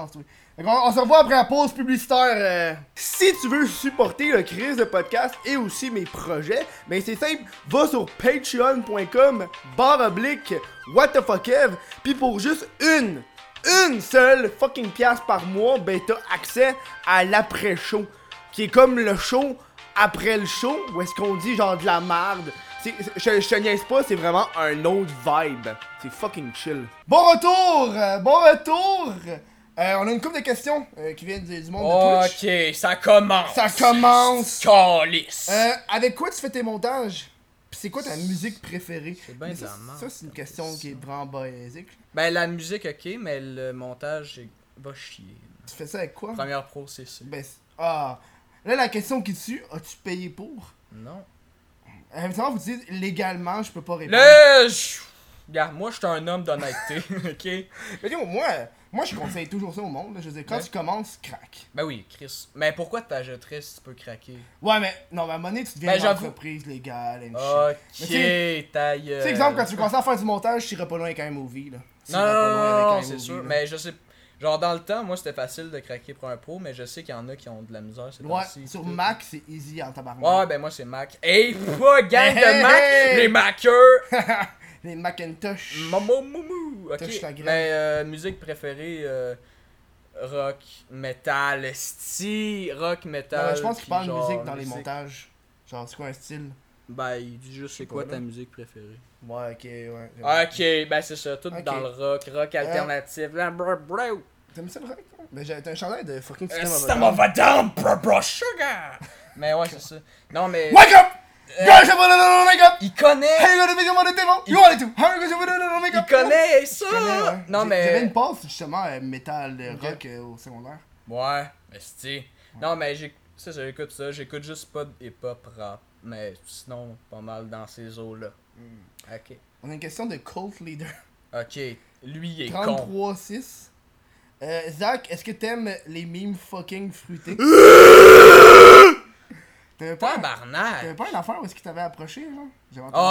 Fait qu'on- on se revoit après la pause publicitaire. euh. Si tu veux supporter le Chris de podcast et aussi mes projets, ben c'est simple, va sur patreon.com barre oblique what the fuck Ev, pis pour juste une, une seule fucking pièce par mois, ben t'as accès à l'après-show, qui est comme le show après le show, où est-ce qu'on dit genre de la merde. C'est- c'est- Je je te niaise pas, c'est vraiment un autre vibe. C'est fucking chill. Bon retour! euh, Bon retour! Euh, on a une couple de questions euh, qui viennent du, du monde de Twitch. Ok, ça commence. Ça commence! Calice. Euh, avec quoi tu fais tes montages? Pis c'est quoi ta musique préférée? C'est bien Mais de ça, la merde, ça, c'est une comme question question. qui est vraiment basique. Ben, la musique, ok, mais le montage, c'est- va chier. Tu fais ça avec quoi? Première pro, c'est ça. Ben, c'est- ah. Là, la question qui tue, as-tu payé pour? Non. Euh, vous dites légalement, je peux pas répondre. Là, je... Regarde, moi, je suis un homme d'honnêteté, ok? Mais dis, moi, moi, je conseille toujours ça au monde. là. Je veux dire, quand Ouais. tu commences, craque. Ben oui, Chris. Mais pourquoi t'ajouterais si tu peux craquer? Ouais, mais non, mais à un moment donné, tu deviens Ben, une j'avoue. entreprise légale. and shit. Ok, Mais tu ta Tu gueule. sais, exemple, quand tu commences à faire du montage, tu iras pas loin avec un movie. Là. Tu Non, iras non, pas non, loin non, avec non, un c'est movie, sûr. là. Mais je sais. Genre, dans le temps, moi, c'était facile de craquer pour un pro, mais je sais qu'il y en a qui ont de la misère. C'est Ouais, sur Mac, c'est easy en tabarnak. Ouais, ben moi, c'est Mac. Hey, pas gang Hey, de Mac, hey. les Mackers! Les Macintosh. Momo moumou! Ok, Touche la graine. mais euh, musique préférée, euh, rock, metal, sti, rock, metal. Non, je pense qu'il puis parle de genre, musique dans les montages. Genre, c'est quoi un style? Ben, il dit juste c'est sais quoi pas, ta là. musique préférée. Ouais, ok, ouais. Ok, ben c'est ça, tout Ok. dans le rock, rock alternatif. Là, bro, bro. T'aimes ça le rock? toi? Mais j'ai t'as un chandail de fucking Euh, System of a System Down. of a Down, bro, bro, sugar! Mais ouais, c'est ça. Non, mais. Wake up! Euh, Guys, I'm gonna wake up! Il connaît! Hey, you gotta be on the table! You want it to! How you gonna wake Il up? connaît ça! Je connais, ouais. Non, J'ai- mais. J'avais une passe justement euh, métal euh, Ok. rock euh, au secondaire. Ouais, mais c'est. Non, mais j'ai. Ça, ça, j'écoute ça. J'écoute juste pas de hip-hop rap. Mais sinon, pas mal dans ces eaux-là. Ok. On a une question de Cult Leader. Ok. Lui, il est con. trente-trois six. Euh, Zach, est-ce que t'aimes les mimes fucking fruités? T'avais pas, t'avais Tabarnak! pas une affaire où est-ce qu'il t'avait approché, genre? J'avais entendu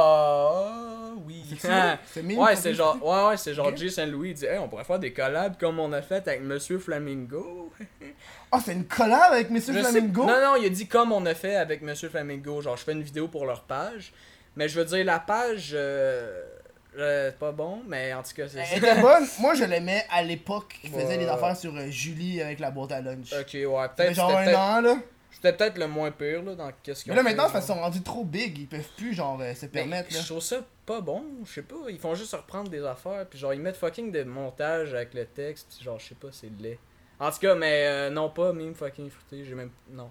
Oh, oui. ça. C'est ça? C'est mime Ouais, fucking c'est genre, fruité? ouais, ouais, c'est genre Ok. Jay Saint-Louis, il dit, hey, on pourrait faire des collabs comme on a fait avec Monsieur Flamingo. Ah, c'est une collab avec Monsieur Je sais- Flamingo? Non, non, il a dit comme on a fait avec Monsieur Flamingo. Genre, je fais une vidéo pour leur page. Mais je veux dire, la page, euh, euh, c'est pas bon, mais en tout cas, c'est Elle ça. était bonne. Moi, je l'aimais à l'époque qui faisait Ouais. des affaires sur euh, Julie avec la boîte à lunch. Ok, ouais, Ça peut-être fait genre c'était un peut-être an, là. c'était peut-être le moins pire, là, dans qu'est-ce qu'ils Mais là, ont fait, maintenant, c'est parce qu'ils genre. sont rendus trop big. Ils peuvent plus, genre, euh, se Mais permettre, là. je trouve ça pas bon, je sais pas. Ils font juste reprendre des affaires, puis genre, ils mettent fucking des montages avec le texte, puis genre, je sais pas, c'est laid. En tout cas, mais euh, non pas meme fucking fruité, j'ai même. Non.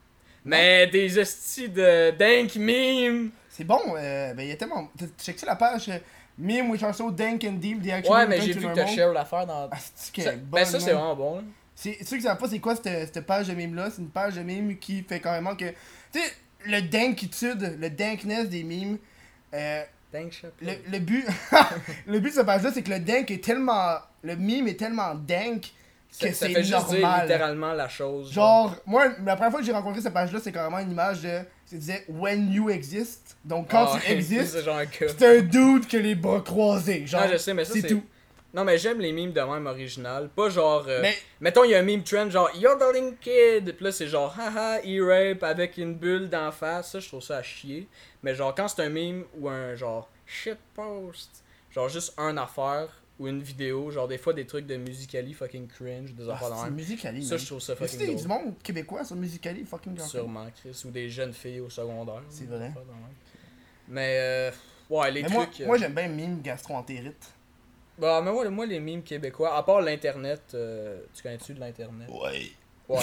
Mais des estis de dank meme! C'est bon, euh, ben, il y a tellement. Tu checkes la page euh, Meme which are so dank and deep, the action Ouais, mais return j'ai to vu que normal. t'as share l'affaire dans. Ah, c'est qu'elle Ça- est bonne, ben, ça, c'est man. vraiment bon, là. C'est ceux qui savent pas c'est quoi cette, cette page de meme là, c'est une page de meme qui fait carrément que tu sais le dankitude, le dankness des memes euh, Dank chapeau. le, le but le but de cette page là c'est que le dank est tellement le meme est tellement dank Ça, que ça c'est fait juste dire normal. littéralement la chose. Genre moi la première fois que j'ai rencontré cette page là, c'est carrément une image de ça disait when you exist. Donc quand Ah, tu existes, c'est genre un gars. c'est un dude qui a les bras croisés, genre. Non, je sais, mais ça, c'est c'est tout. Non, mais j'aime les memes de même original. Pas genre. euh, Mais Mettons, il y a un meme trend genre Yodeling Kid. Puis là, c'est genre haha, e-rape avec une bulle d'en face. Ça, je trouve ça à chier. Mais genre, quand c'est un meme ou un genre shitpost, genre juste un affaire ou une vidéo, genre des fois des trucs de Musically fucking cringe, des ah, affaires c'est de même. Musically. Ça, man. je trouve ça Y a-tu fucking des- drôle. du monde québécois sur Musically fucking drôle? Sûrement, Chris. Ou des jeunes filles au secondaire. C'est des vrai. affaires de même. Mais euh, ouais, les Mais moi, trucs. euh, moi j'aime bien mime gastro-entérite. Bah, mais moi, moi, les memes québécois, à part l'internet, euh, tu connais-tu de l'internet? Ouais. Ouais.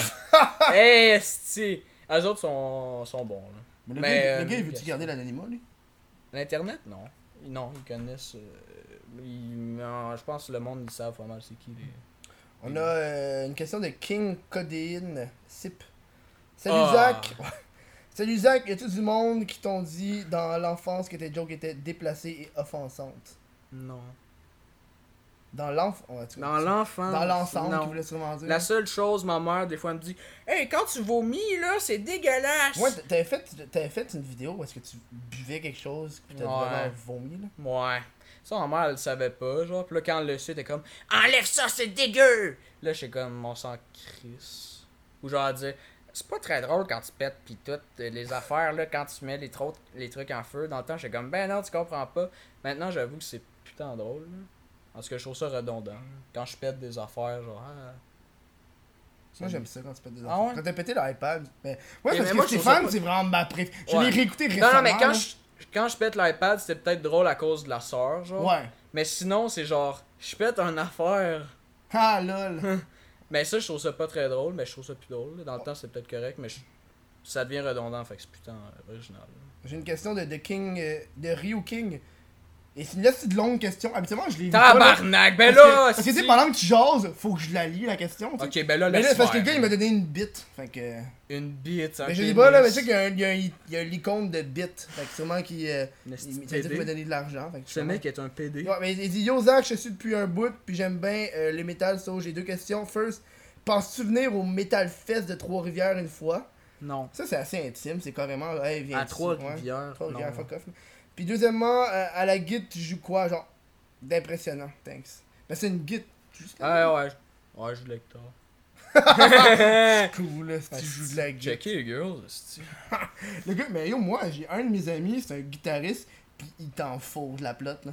hey, esti! Eux autres sont, sont bons, là. Mais le Mais, gars, euh, le gars, il mime veut-tu garder l'anonymat, lui? L'internet, non. Ils- Non, ils connaissent. euh, ils- non, je pense que le monde, ils savent pas mal c'est qui les. On a euh, une question de King Codéine Sip. Salut Ah. Zach! Salut Zach, y a-tu du monde qui t'ont dit dans l'enfance que tes jokes étaient déplacées et offensantes? Non. Dans l'enfant. Ouais, tu- Dans l'enfance. Dans l'ensemble, non. qu'il voulait sûrement dire. La seule chose, ma mère, des fois, elle me dit hey, quand tu vomis, là, c'est dégueulasse. Ouais, t'avais fait, t'avais fait une vidéo où est-ce que tu buvais quelque chose pis t'as Ouais. vraiment vomi, là. Ouais. Ça, ma mère, elle le savait pas, genre. Pis là, quand elle le su, elle était comme enlève ça, c'est dégueu. Là, j'étais comme on s'en crisse. Ou genre, elle disait c'est pas très drôle quand tu pètes pis tout. euh, Les affaires, là, quand tu mets les, tro- les trucs en feu. Dans le temps, j'étais comme ben non, tu comprends pas. Maintenant, j'avoue que c'est putain drôle, là. Parce que je trouve ça redondant. Quand je pète des affaires, genre. Ah, Moi, j'aime ça quand tu pètes des Ah affaires. ouais? Quand t'as pété l'iPad. Mais... Ouais, Mais parce moi, que je trouve ça Stéphane, pas- c'est vraiment ma préf. Je Ouais. l'ai réécouté récemment. Non, non, mais quand là. je, quand je pète l'iPad, c'était peut-être drôle à cause de la sœur, genre. Ouais. Mais sinon, c'est genre, je pète une affaire. Ah, lol. Mais ça, je trouve ça pas très drôle, mais je trouve ça plus drôle. là. Dans le temps, c'est peut-être correct, mais je- ça devient redondant, fait que c'est putain euh, original. là. J'ai une question de, de King, euh, de Ryu King. Et c'est une là, c'est de longue question. Habituellement, je l'ai vu pas, là. Tabarnak, ben Parce que- là! Parce que tu sais, si- pendant que tu jases, faut que je la lis, la question. tu sais. Ok, ben là, Mais laisse là, parce que le faire. gars, il m'a donné une bite. Fait que. Une bite, un Mais je sais pénis. pas, là, mais tu sais qu'il y a un, il y a un, il y a un icône de bite. Fait que sûrement qu'il. Euh, Une il esti il m'a dit qu'il m'a pédé. donné de l'argent. Fait que Ce sûrement- mec est un P D. Ouais, mais il dit Yo Zach, je suis depuis un bout, puis j'aime bien euh, les métal, so j'ai deux questions. First, penses-tu venir au Metal Fest de Trois-Rivières une fois? Non. Ça, c'est assez intime, c'est carrément. Hey, viens À ici. Trois-Rivières. Ouais, Trois-Rivières, non. fuck off. Puis deuxièmement, euh, à la guide, tu joues quoi? Genre, d'impressionnant, thanks. Ben, c'est une guide. tu joues Ouais, ouais. Ouais, je joue de la guitare. cool, là, si tu joues de la guide. Checker les girls, esti. Le gars, mais yo, moi, j'ai un de mes amis, c'est un guitariste, puis il t'en faut de la plotte, là.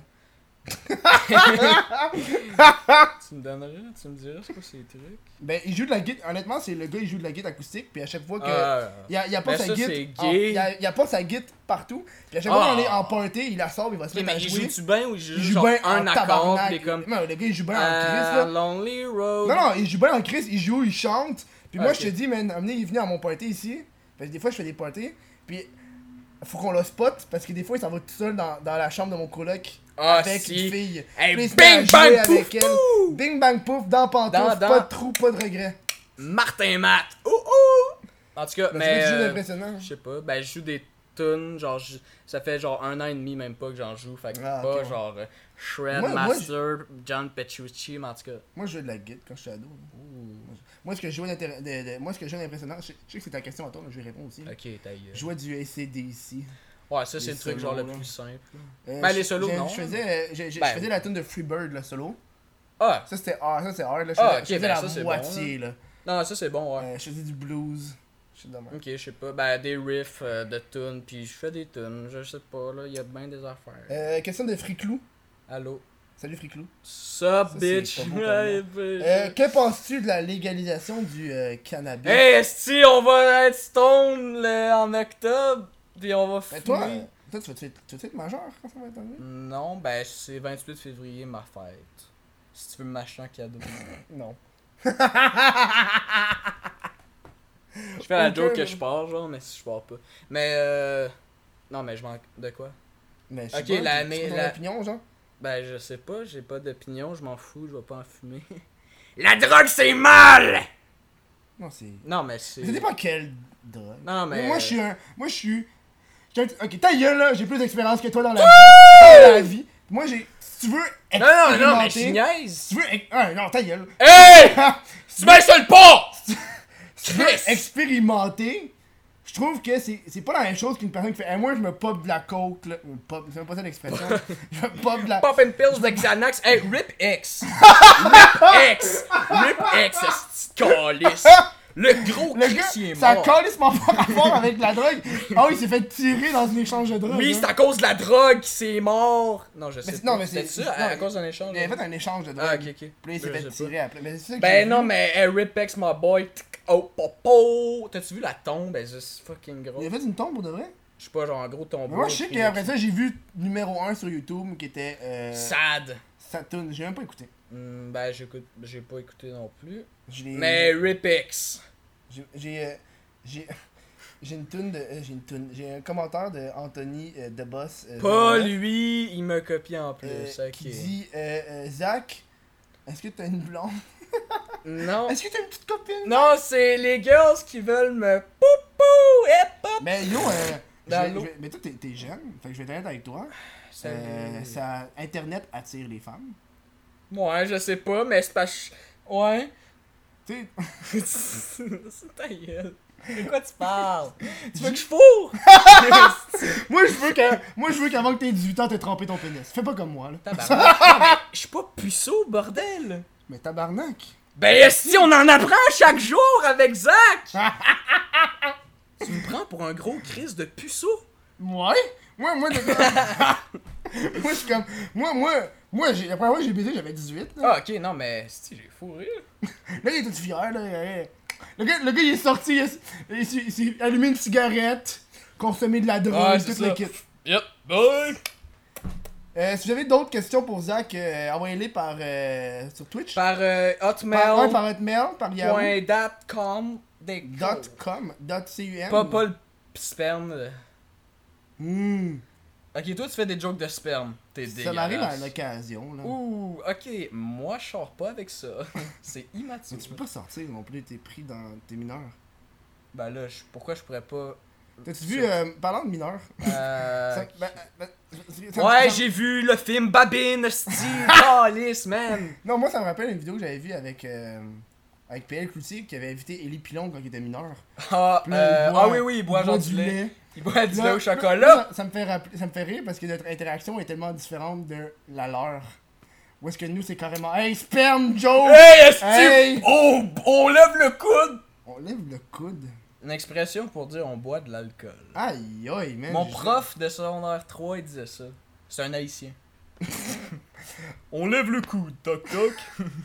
Tu me donnerais, tu me dirais c'est quoi ces trucs? Ben, il joue de la guitare. Honnêtement, c'est le gars, il joue de la guitare acoustique, puis à chaque fois que. Ah, Il a, il a pas Ben sa ça, guitare. c'est en- gay. Il a, il a pas sa guitare partout. Puis à chaque fois Ah. qu'on est en party, il la sort, il va se ok, mettre mais à il jouer. joue-tu bien ou il joue, Il joue genre bien un en accord, tabarnak. pis comme. Non, le gars, il joue bien en crise, Euh, là. Lonely Road. Non, non, il joue bien en crise, il joue, il chante. Puis moi, Ok. je te dis, man, amenez, il est venu à mon party ici. Parce que des fois, je fais des parties. Puis faut qu'on le spot, parce que des fois, il s'en va tout seul dans, dans la chambre de mon coloc. Ah, avec si. une fille. Hey, Puis il se met à bing, jouer bang, avec pouf, elle. pouf. Bing bang pouf, dans pantoufle, Dans- pas dans- de trou, pas de regret. Martin Matt. Ouh ouh. En tout cas, Mais, mais. tu joues euh, d'impressionnant. Je sais pas, ben je joue des tunes, genre je- ça fait genre un an et demi même pas que j'en joue, fait que Ah, pas ok, ouais. genre euh, Shred Moi- moi, Master, John Petrucci, mais en tout cas. Moi, je jouais de la guitare quand j'étais ado. là. Moi, ce que je jouais d'intér- de, de- moi, ce que je jouais d'impressionnant, je sais je sais que c'est ta question à toi, mais je vais répondre aussi. là. Ok, ta gueule. Je jouais du A C D C. Ouais, ça c'est les le truc solos, genre le là. plus simple. là. Euh, Ben, je- les solos, je- non. Je faisais, euh, je, je- Ben, je faisais la tune de Freebird, le solo. Ah! Ça, c'était hard, ça, c'est hard, là. Je Ah, faisais, ok, je faisais ben, la ça, c'est moitié, là. Non, ça c'est bon, ouais. Euh, je faisais du blues. Je suis de même. Ok, je sais pas, ben des riffs euh, de tunes, puis je fais des tunes, je sais pas, là, y a bien des affaires. Euh, question de Friclou. Allô? Salut Friclou. Sup, Ça, c'est bitch? pas beau comme Ouais, nom. bitch. Euh, que penses-tu de la légalisation du euh, cannabis? Hey, esti, on va être stone là, en octobre, puis on va Ben, fumer. toi, euh, toi, tu vas-tu être, tu vas-tu être majeur quand ça va être arrivé? Non, ben c'est vingt-huit février ma fête. Si tu veux m'acheter un cadeau. Non. Je fais la Ok, joke que mais- je pars, genre, mais si je pars pas. Mais euh. Non, mais je manque. De quoi? Mais je sais Ok, pas, la- tu- mais tu ton la- opinion, genre? Ben je sais pas, j'ai pas d'opinion, je m'en fous, je vais pas en fumer. La drogue c'est mal! Non, c'est... Non, mais c'est. Ça dépend quelle drogue. Non, mais. Moi, je suis un... Moi, je suis... je suis un- Ok, ta gueule, là, j'ai plus d'expérience que toi dans la vie. Dans la vie. Moi, j'ai... Si tu veux Non, non, non, mais je expérimenter... niaise! Si tu veux... ex- Ah, non, ta gueule. Hey! Si Tu m'insultes pas! tu veux Chris! expérimenter, je trouve que c'est c'est pas la même chose qu'une personne qui fait hey, moi, je me pop de la coke, là. Ou pop, c'est même pas ça l'expression. Je me pop de la... Pop and pills de Xanax. Hey, Rip X! Rip X! Rip X, ce calice! Le gros Le Chris, gars, il est ça a mort! calissement pas rapport avec la drogue. Ah oui, il s'est fait tirer dans un échange de drogue. Oui, hein. c'est à cause de la drogue qu'il s'est mort! Non, je sais c'est- pas. non, mais c'est- ça, non, à, à mais- cause d'un échange? Il avait fait un échange de drogue. Ah, ok, ok. Puis là, il s'est Je fait sais pas. tirer après. Mais c'est ça que Ben j'ai non, vu. mais hey, Rip X, my boy. Tic, Oh, popo! T'as-tu vu la tombe? Elle est juste fucking grosse. Il a fait une tombe pour de vrai? Je sais pas, genre un gros tombeau. Mais moi, je sais puis- qu'après ça, j'ai vu numéro un sur YouTube qui était. Euh, Sad. Saturn. J'ai même pas écouté. Hmm, ben, j'écoute, j'ai pas écouté non plus. Je l'ai- Mais Rip X. J'ai. J'ai. euh, J'ai j'ai une tune de. euh, J'ai une tune. J'ai un commentaire de Anthony euh, DeBoss. euh, Pas de- lui, il me copie en plus. euh, ok. Qui dit euh, euh, Zach, est-ce que t'as une blonde? Non. Est-ce que t'as une petite copine? Non, c'est les girls qui veulent me poupou et pop. Mais yo, euh, je Dans vais- l'eau. je vais- mais toi, t'es t'es jeune, fait que je vais être honnête avec toi. Salut. Euh, ça, Internet attire les femmes. Ouais, je sais pas, mais c'est pas... ch- Ouais. Tu C'est ta gueule. De quoi tu parles? Tu veux que je fourre? sais, moi je veux que, moi je veux qu'avant que t'aies dix-huit ans, t'aies trempé ton pénis. Fais pas comme moi, là. Tabarnak. Non, mais je suis pas puceau, bordel. Mais tabarnak. Ben si on en apprend chaque jour avec Zach! Tu me prends pour un gros Chris de puceau? Ouais? Moi, moi, de... moi, je suis comme. Moi, moi, moi, j'ai... la première fois que j'ai baisé, j'avais dix-huit. Là, Ah, ok, non, mais si j'ai fourré. là il est tout fier, là. euh, Le gars, le gars, il est sorti, il, a- il s'est- il s'est allumé une cigarette, consommé de la drogue, Ouais, c'est tout le ça. kit. Yep, bye! Euh, si vous avez d'autres questions pour Zach, euh, envoyez-les par. Euh, sur Twitch. Par euh, Par, ouais, hotmail par Hotmail, par Yahoo. point dot com des Dot com, dot cum. Pas, pas le sperme. là. Hmm. Ok, toi tu fais des jokes de sperme. T'es dégueulasse. Ça m'arrive à l'occasion, là. Ouh, ok, moi je sors pas avec ça. C'est immature. Mais tu peux pas sortir non plus, t'es pris dans tes mineurs. Ben là, je- pourquoi je pourrais pas. T'as-tu vu, euh, parlant de mineurs, Euh... ça- ben, ben, ça- Ouais, ça- j'ai vu le film Babine, style, calice, man. Non, moi ça me rappelle une vidéo que j'avais vue avec, euh, avec P L Cloutier qui avait invité Élie Pilon quand il était mineur. Ah, Puis là, euh, il boit- ah oui, oui, il boit genre du lait. Il boit du Là, lait au là, chocolat. Ça, ça me fait rappeler, ça me fait rire parce que notre interaction est tellement différente de la leur. Où est-ce que nous c'est carrément hey sperme Joe! Hey, est-ce Hey! que on, on lève le coude? On lève le coude. Une expression pour dire on boit de l'alcool. Aïe aïe man. Mon j'ai- prof de secondaire trois, il disait ça. C'est un haïtien. On lève le coude, toc toc.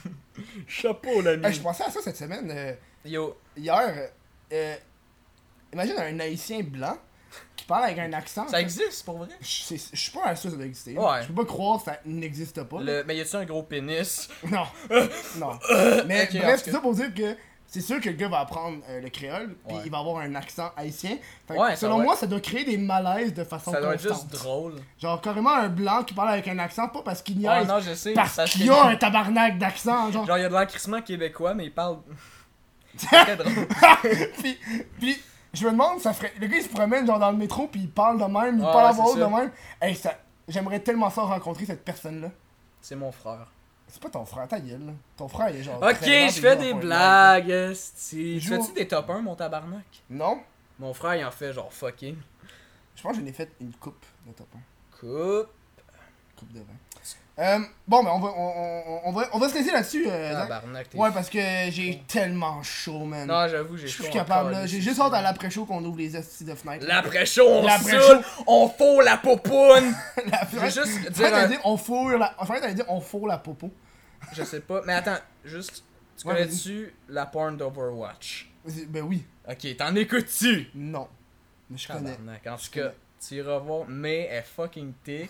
Chapeau l'ami. Hey, je pensais à ça cette semaine. euh, Yo, hier, euh, imagine un haïtien blanc qui parle avec un accent. ça existe pour vrai? Je sais- je suis pas sûr que ça doit exister. Ouais. Je peux pas croire que ça n'existe pas. Le... Mais y a-tu un gros pénis? Non. non. Mais Ok, en bref, tout c'est cas. ça pour dire que c'est sûr que le gars va apprendre euh, le créole, puis Ouais. il va avoir un accent haïtien. Fait que Ouais, ça selon va moi, ça doit créer des malaises de façon Ça doit être constante. juste drôle. Genre carrément un blanc qui parle avec un accent, pas parce qu'il Ah niaise, non, je sais. parce parce qu'il que- y a un tabarnak d'accent, genre. Genre, il y a de l'encrissement québécois, mais il parle. C'est très drôle. puis, puis, je me demande, ça ferait. Le gars il se promène genre dans le métro, puis il parle de même, il Ouais, parle à c'est voix haute de ça. même. Hey, ça. J'aimerais tellement ça rencontrer cette personne-là. C'est mon frère. C'est pas ton frère, ta gueule, là. Ton frère, il est genre. Ok, très grand, je puis fais il joue des à Fortnite, blagues, esti. Tu Joue- fais-tu des top un, mon tabarnak? là. Non, Mon frère, il en fait genre fucking. je pense que j'en ai fait une coupe de top un. Coupe. Coupe de vin. Euh, bon, ben on va, on, on, on va, on va se laisser là-dessus. Euh, Zach. Tabarnak, t'es. Ouais, parce que j'ai tellement chaud, man. Non, j'avoue, j'ai je suis chaud plus capable, encore, là. J'ai ici. juste hâte à l'après-show qu'on ouvre les estis de fenêtres. L'après-chaud, on L'après-chaud. saoule, on fout la popoune. La- Je vais juste Je dire t'allais un- dire, on fourre la. En fait, t'allais dire, on fourre la popo. Je sais pas, mais attends, juste. Tu Ouais, connais-tu la porn d'Overwatch? Ben oui. Ok, t'en écoutes-tu? Non. Mais je connais. Tabarnak, en tout Je cas, connais. tu iras voir, mais elle est fucking thick.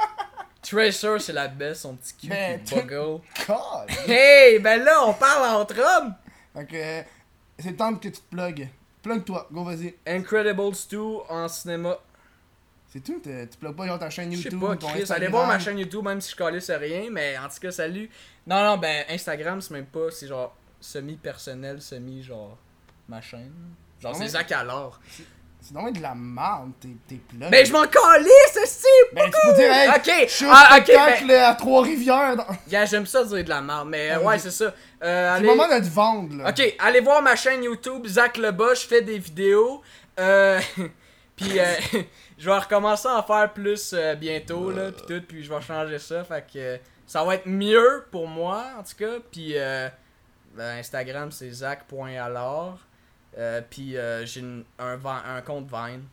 Tracer, c'est la belle, son petit cul Mais qui tu- buggle. God. Hey, ben là, on parle entre hommes! Fait que. euh, C'est le temps que tu te plugues. Plug-toi, go, vas-y. Incredibles deux en cinéma. C'est tout, t'es- tu plugues pas genre ta chaîne Je sais YouTube. pas, ton Chris, allez Instagram. voir ma chaîne YouTube, même si je calisse rien, mais en tout cas, salut. Non, non, ben, Instagram, c'est même pas, c'est genre semi-personnel, semi, genre, ma chaîne. Genre, Non, c'est mais- Zach alors. C'est vraiment de la merde, tes, tes plugs. Mais je m'en calisse, esti! Ben, tu peux dire, hey, Ok, je suis au ah, ok, spectacle ben, à Trois-Rivières. Dans... gars, j'aime ça dire de la merde, mais euh, Ah, ouais, vas-y. c'est ça. Euh, C'est allez... le moment de te vendre, là. Ok, allez voir ma chaîne YouTube, Zach Lebas, je fais des vidéos. Euh, puis euh, je vais recommencer à en faire plus euh, bientôt, là, puis tout, puis je vais changer ça, fait que euh, ça va être mieux pour moi, en tout cas. Puis euh, ben, Instagram, c'est zach point alors. Euh, puis euh, j'ai une- un, vi- un compte Vine.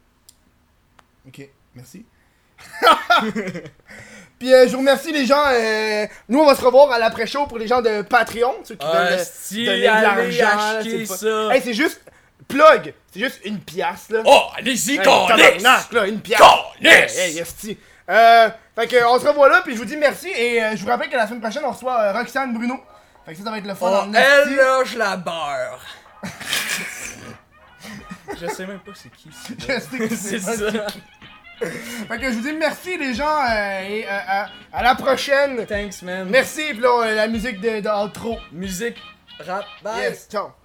Ok, merci. Puis euh, je vous remercie les gens. euh, nous on va se revoir à l'après-show pour les gens de Patreon, ceux qui veulent euh, Hostie, donner de allez l'argent. là, acheter c'est le fun. ça. Hey, c'est juste plug, c'est juste une pièce là. Oh, allez-y, Hey, calisse! tabarnak, là, une pièce. Calisse! Hey, hey, esti. Euh, fait que on se revoit là puis je vous dis merci et euh, je vous rappelle que la semaine prochaine on reçoit euh, Roxane Bruno. Fait que ça, ça va être le fun. Oh, en elle esti. là, je la beurre. Je sais même pas c'est qui. Je sais que C'est pas ça. Fait que je vous dis merci les gens euh, et euh, à, à la prochaine. Thanks, man. Merci, pis là, euh, la musique de, de outro. Musique, rap, bye. Yes, ciao.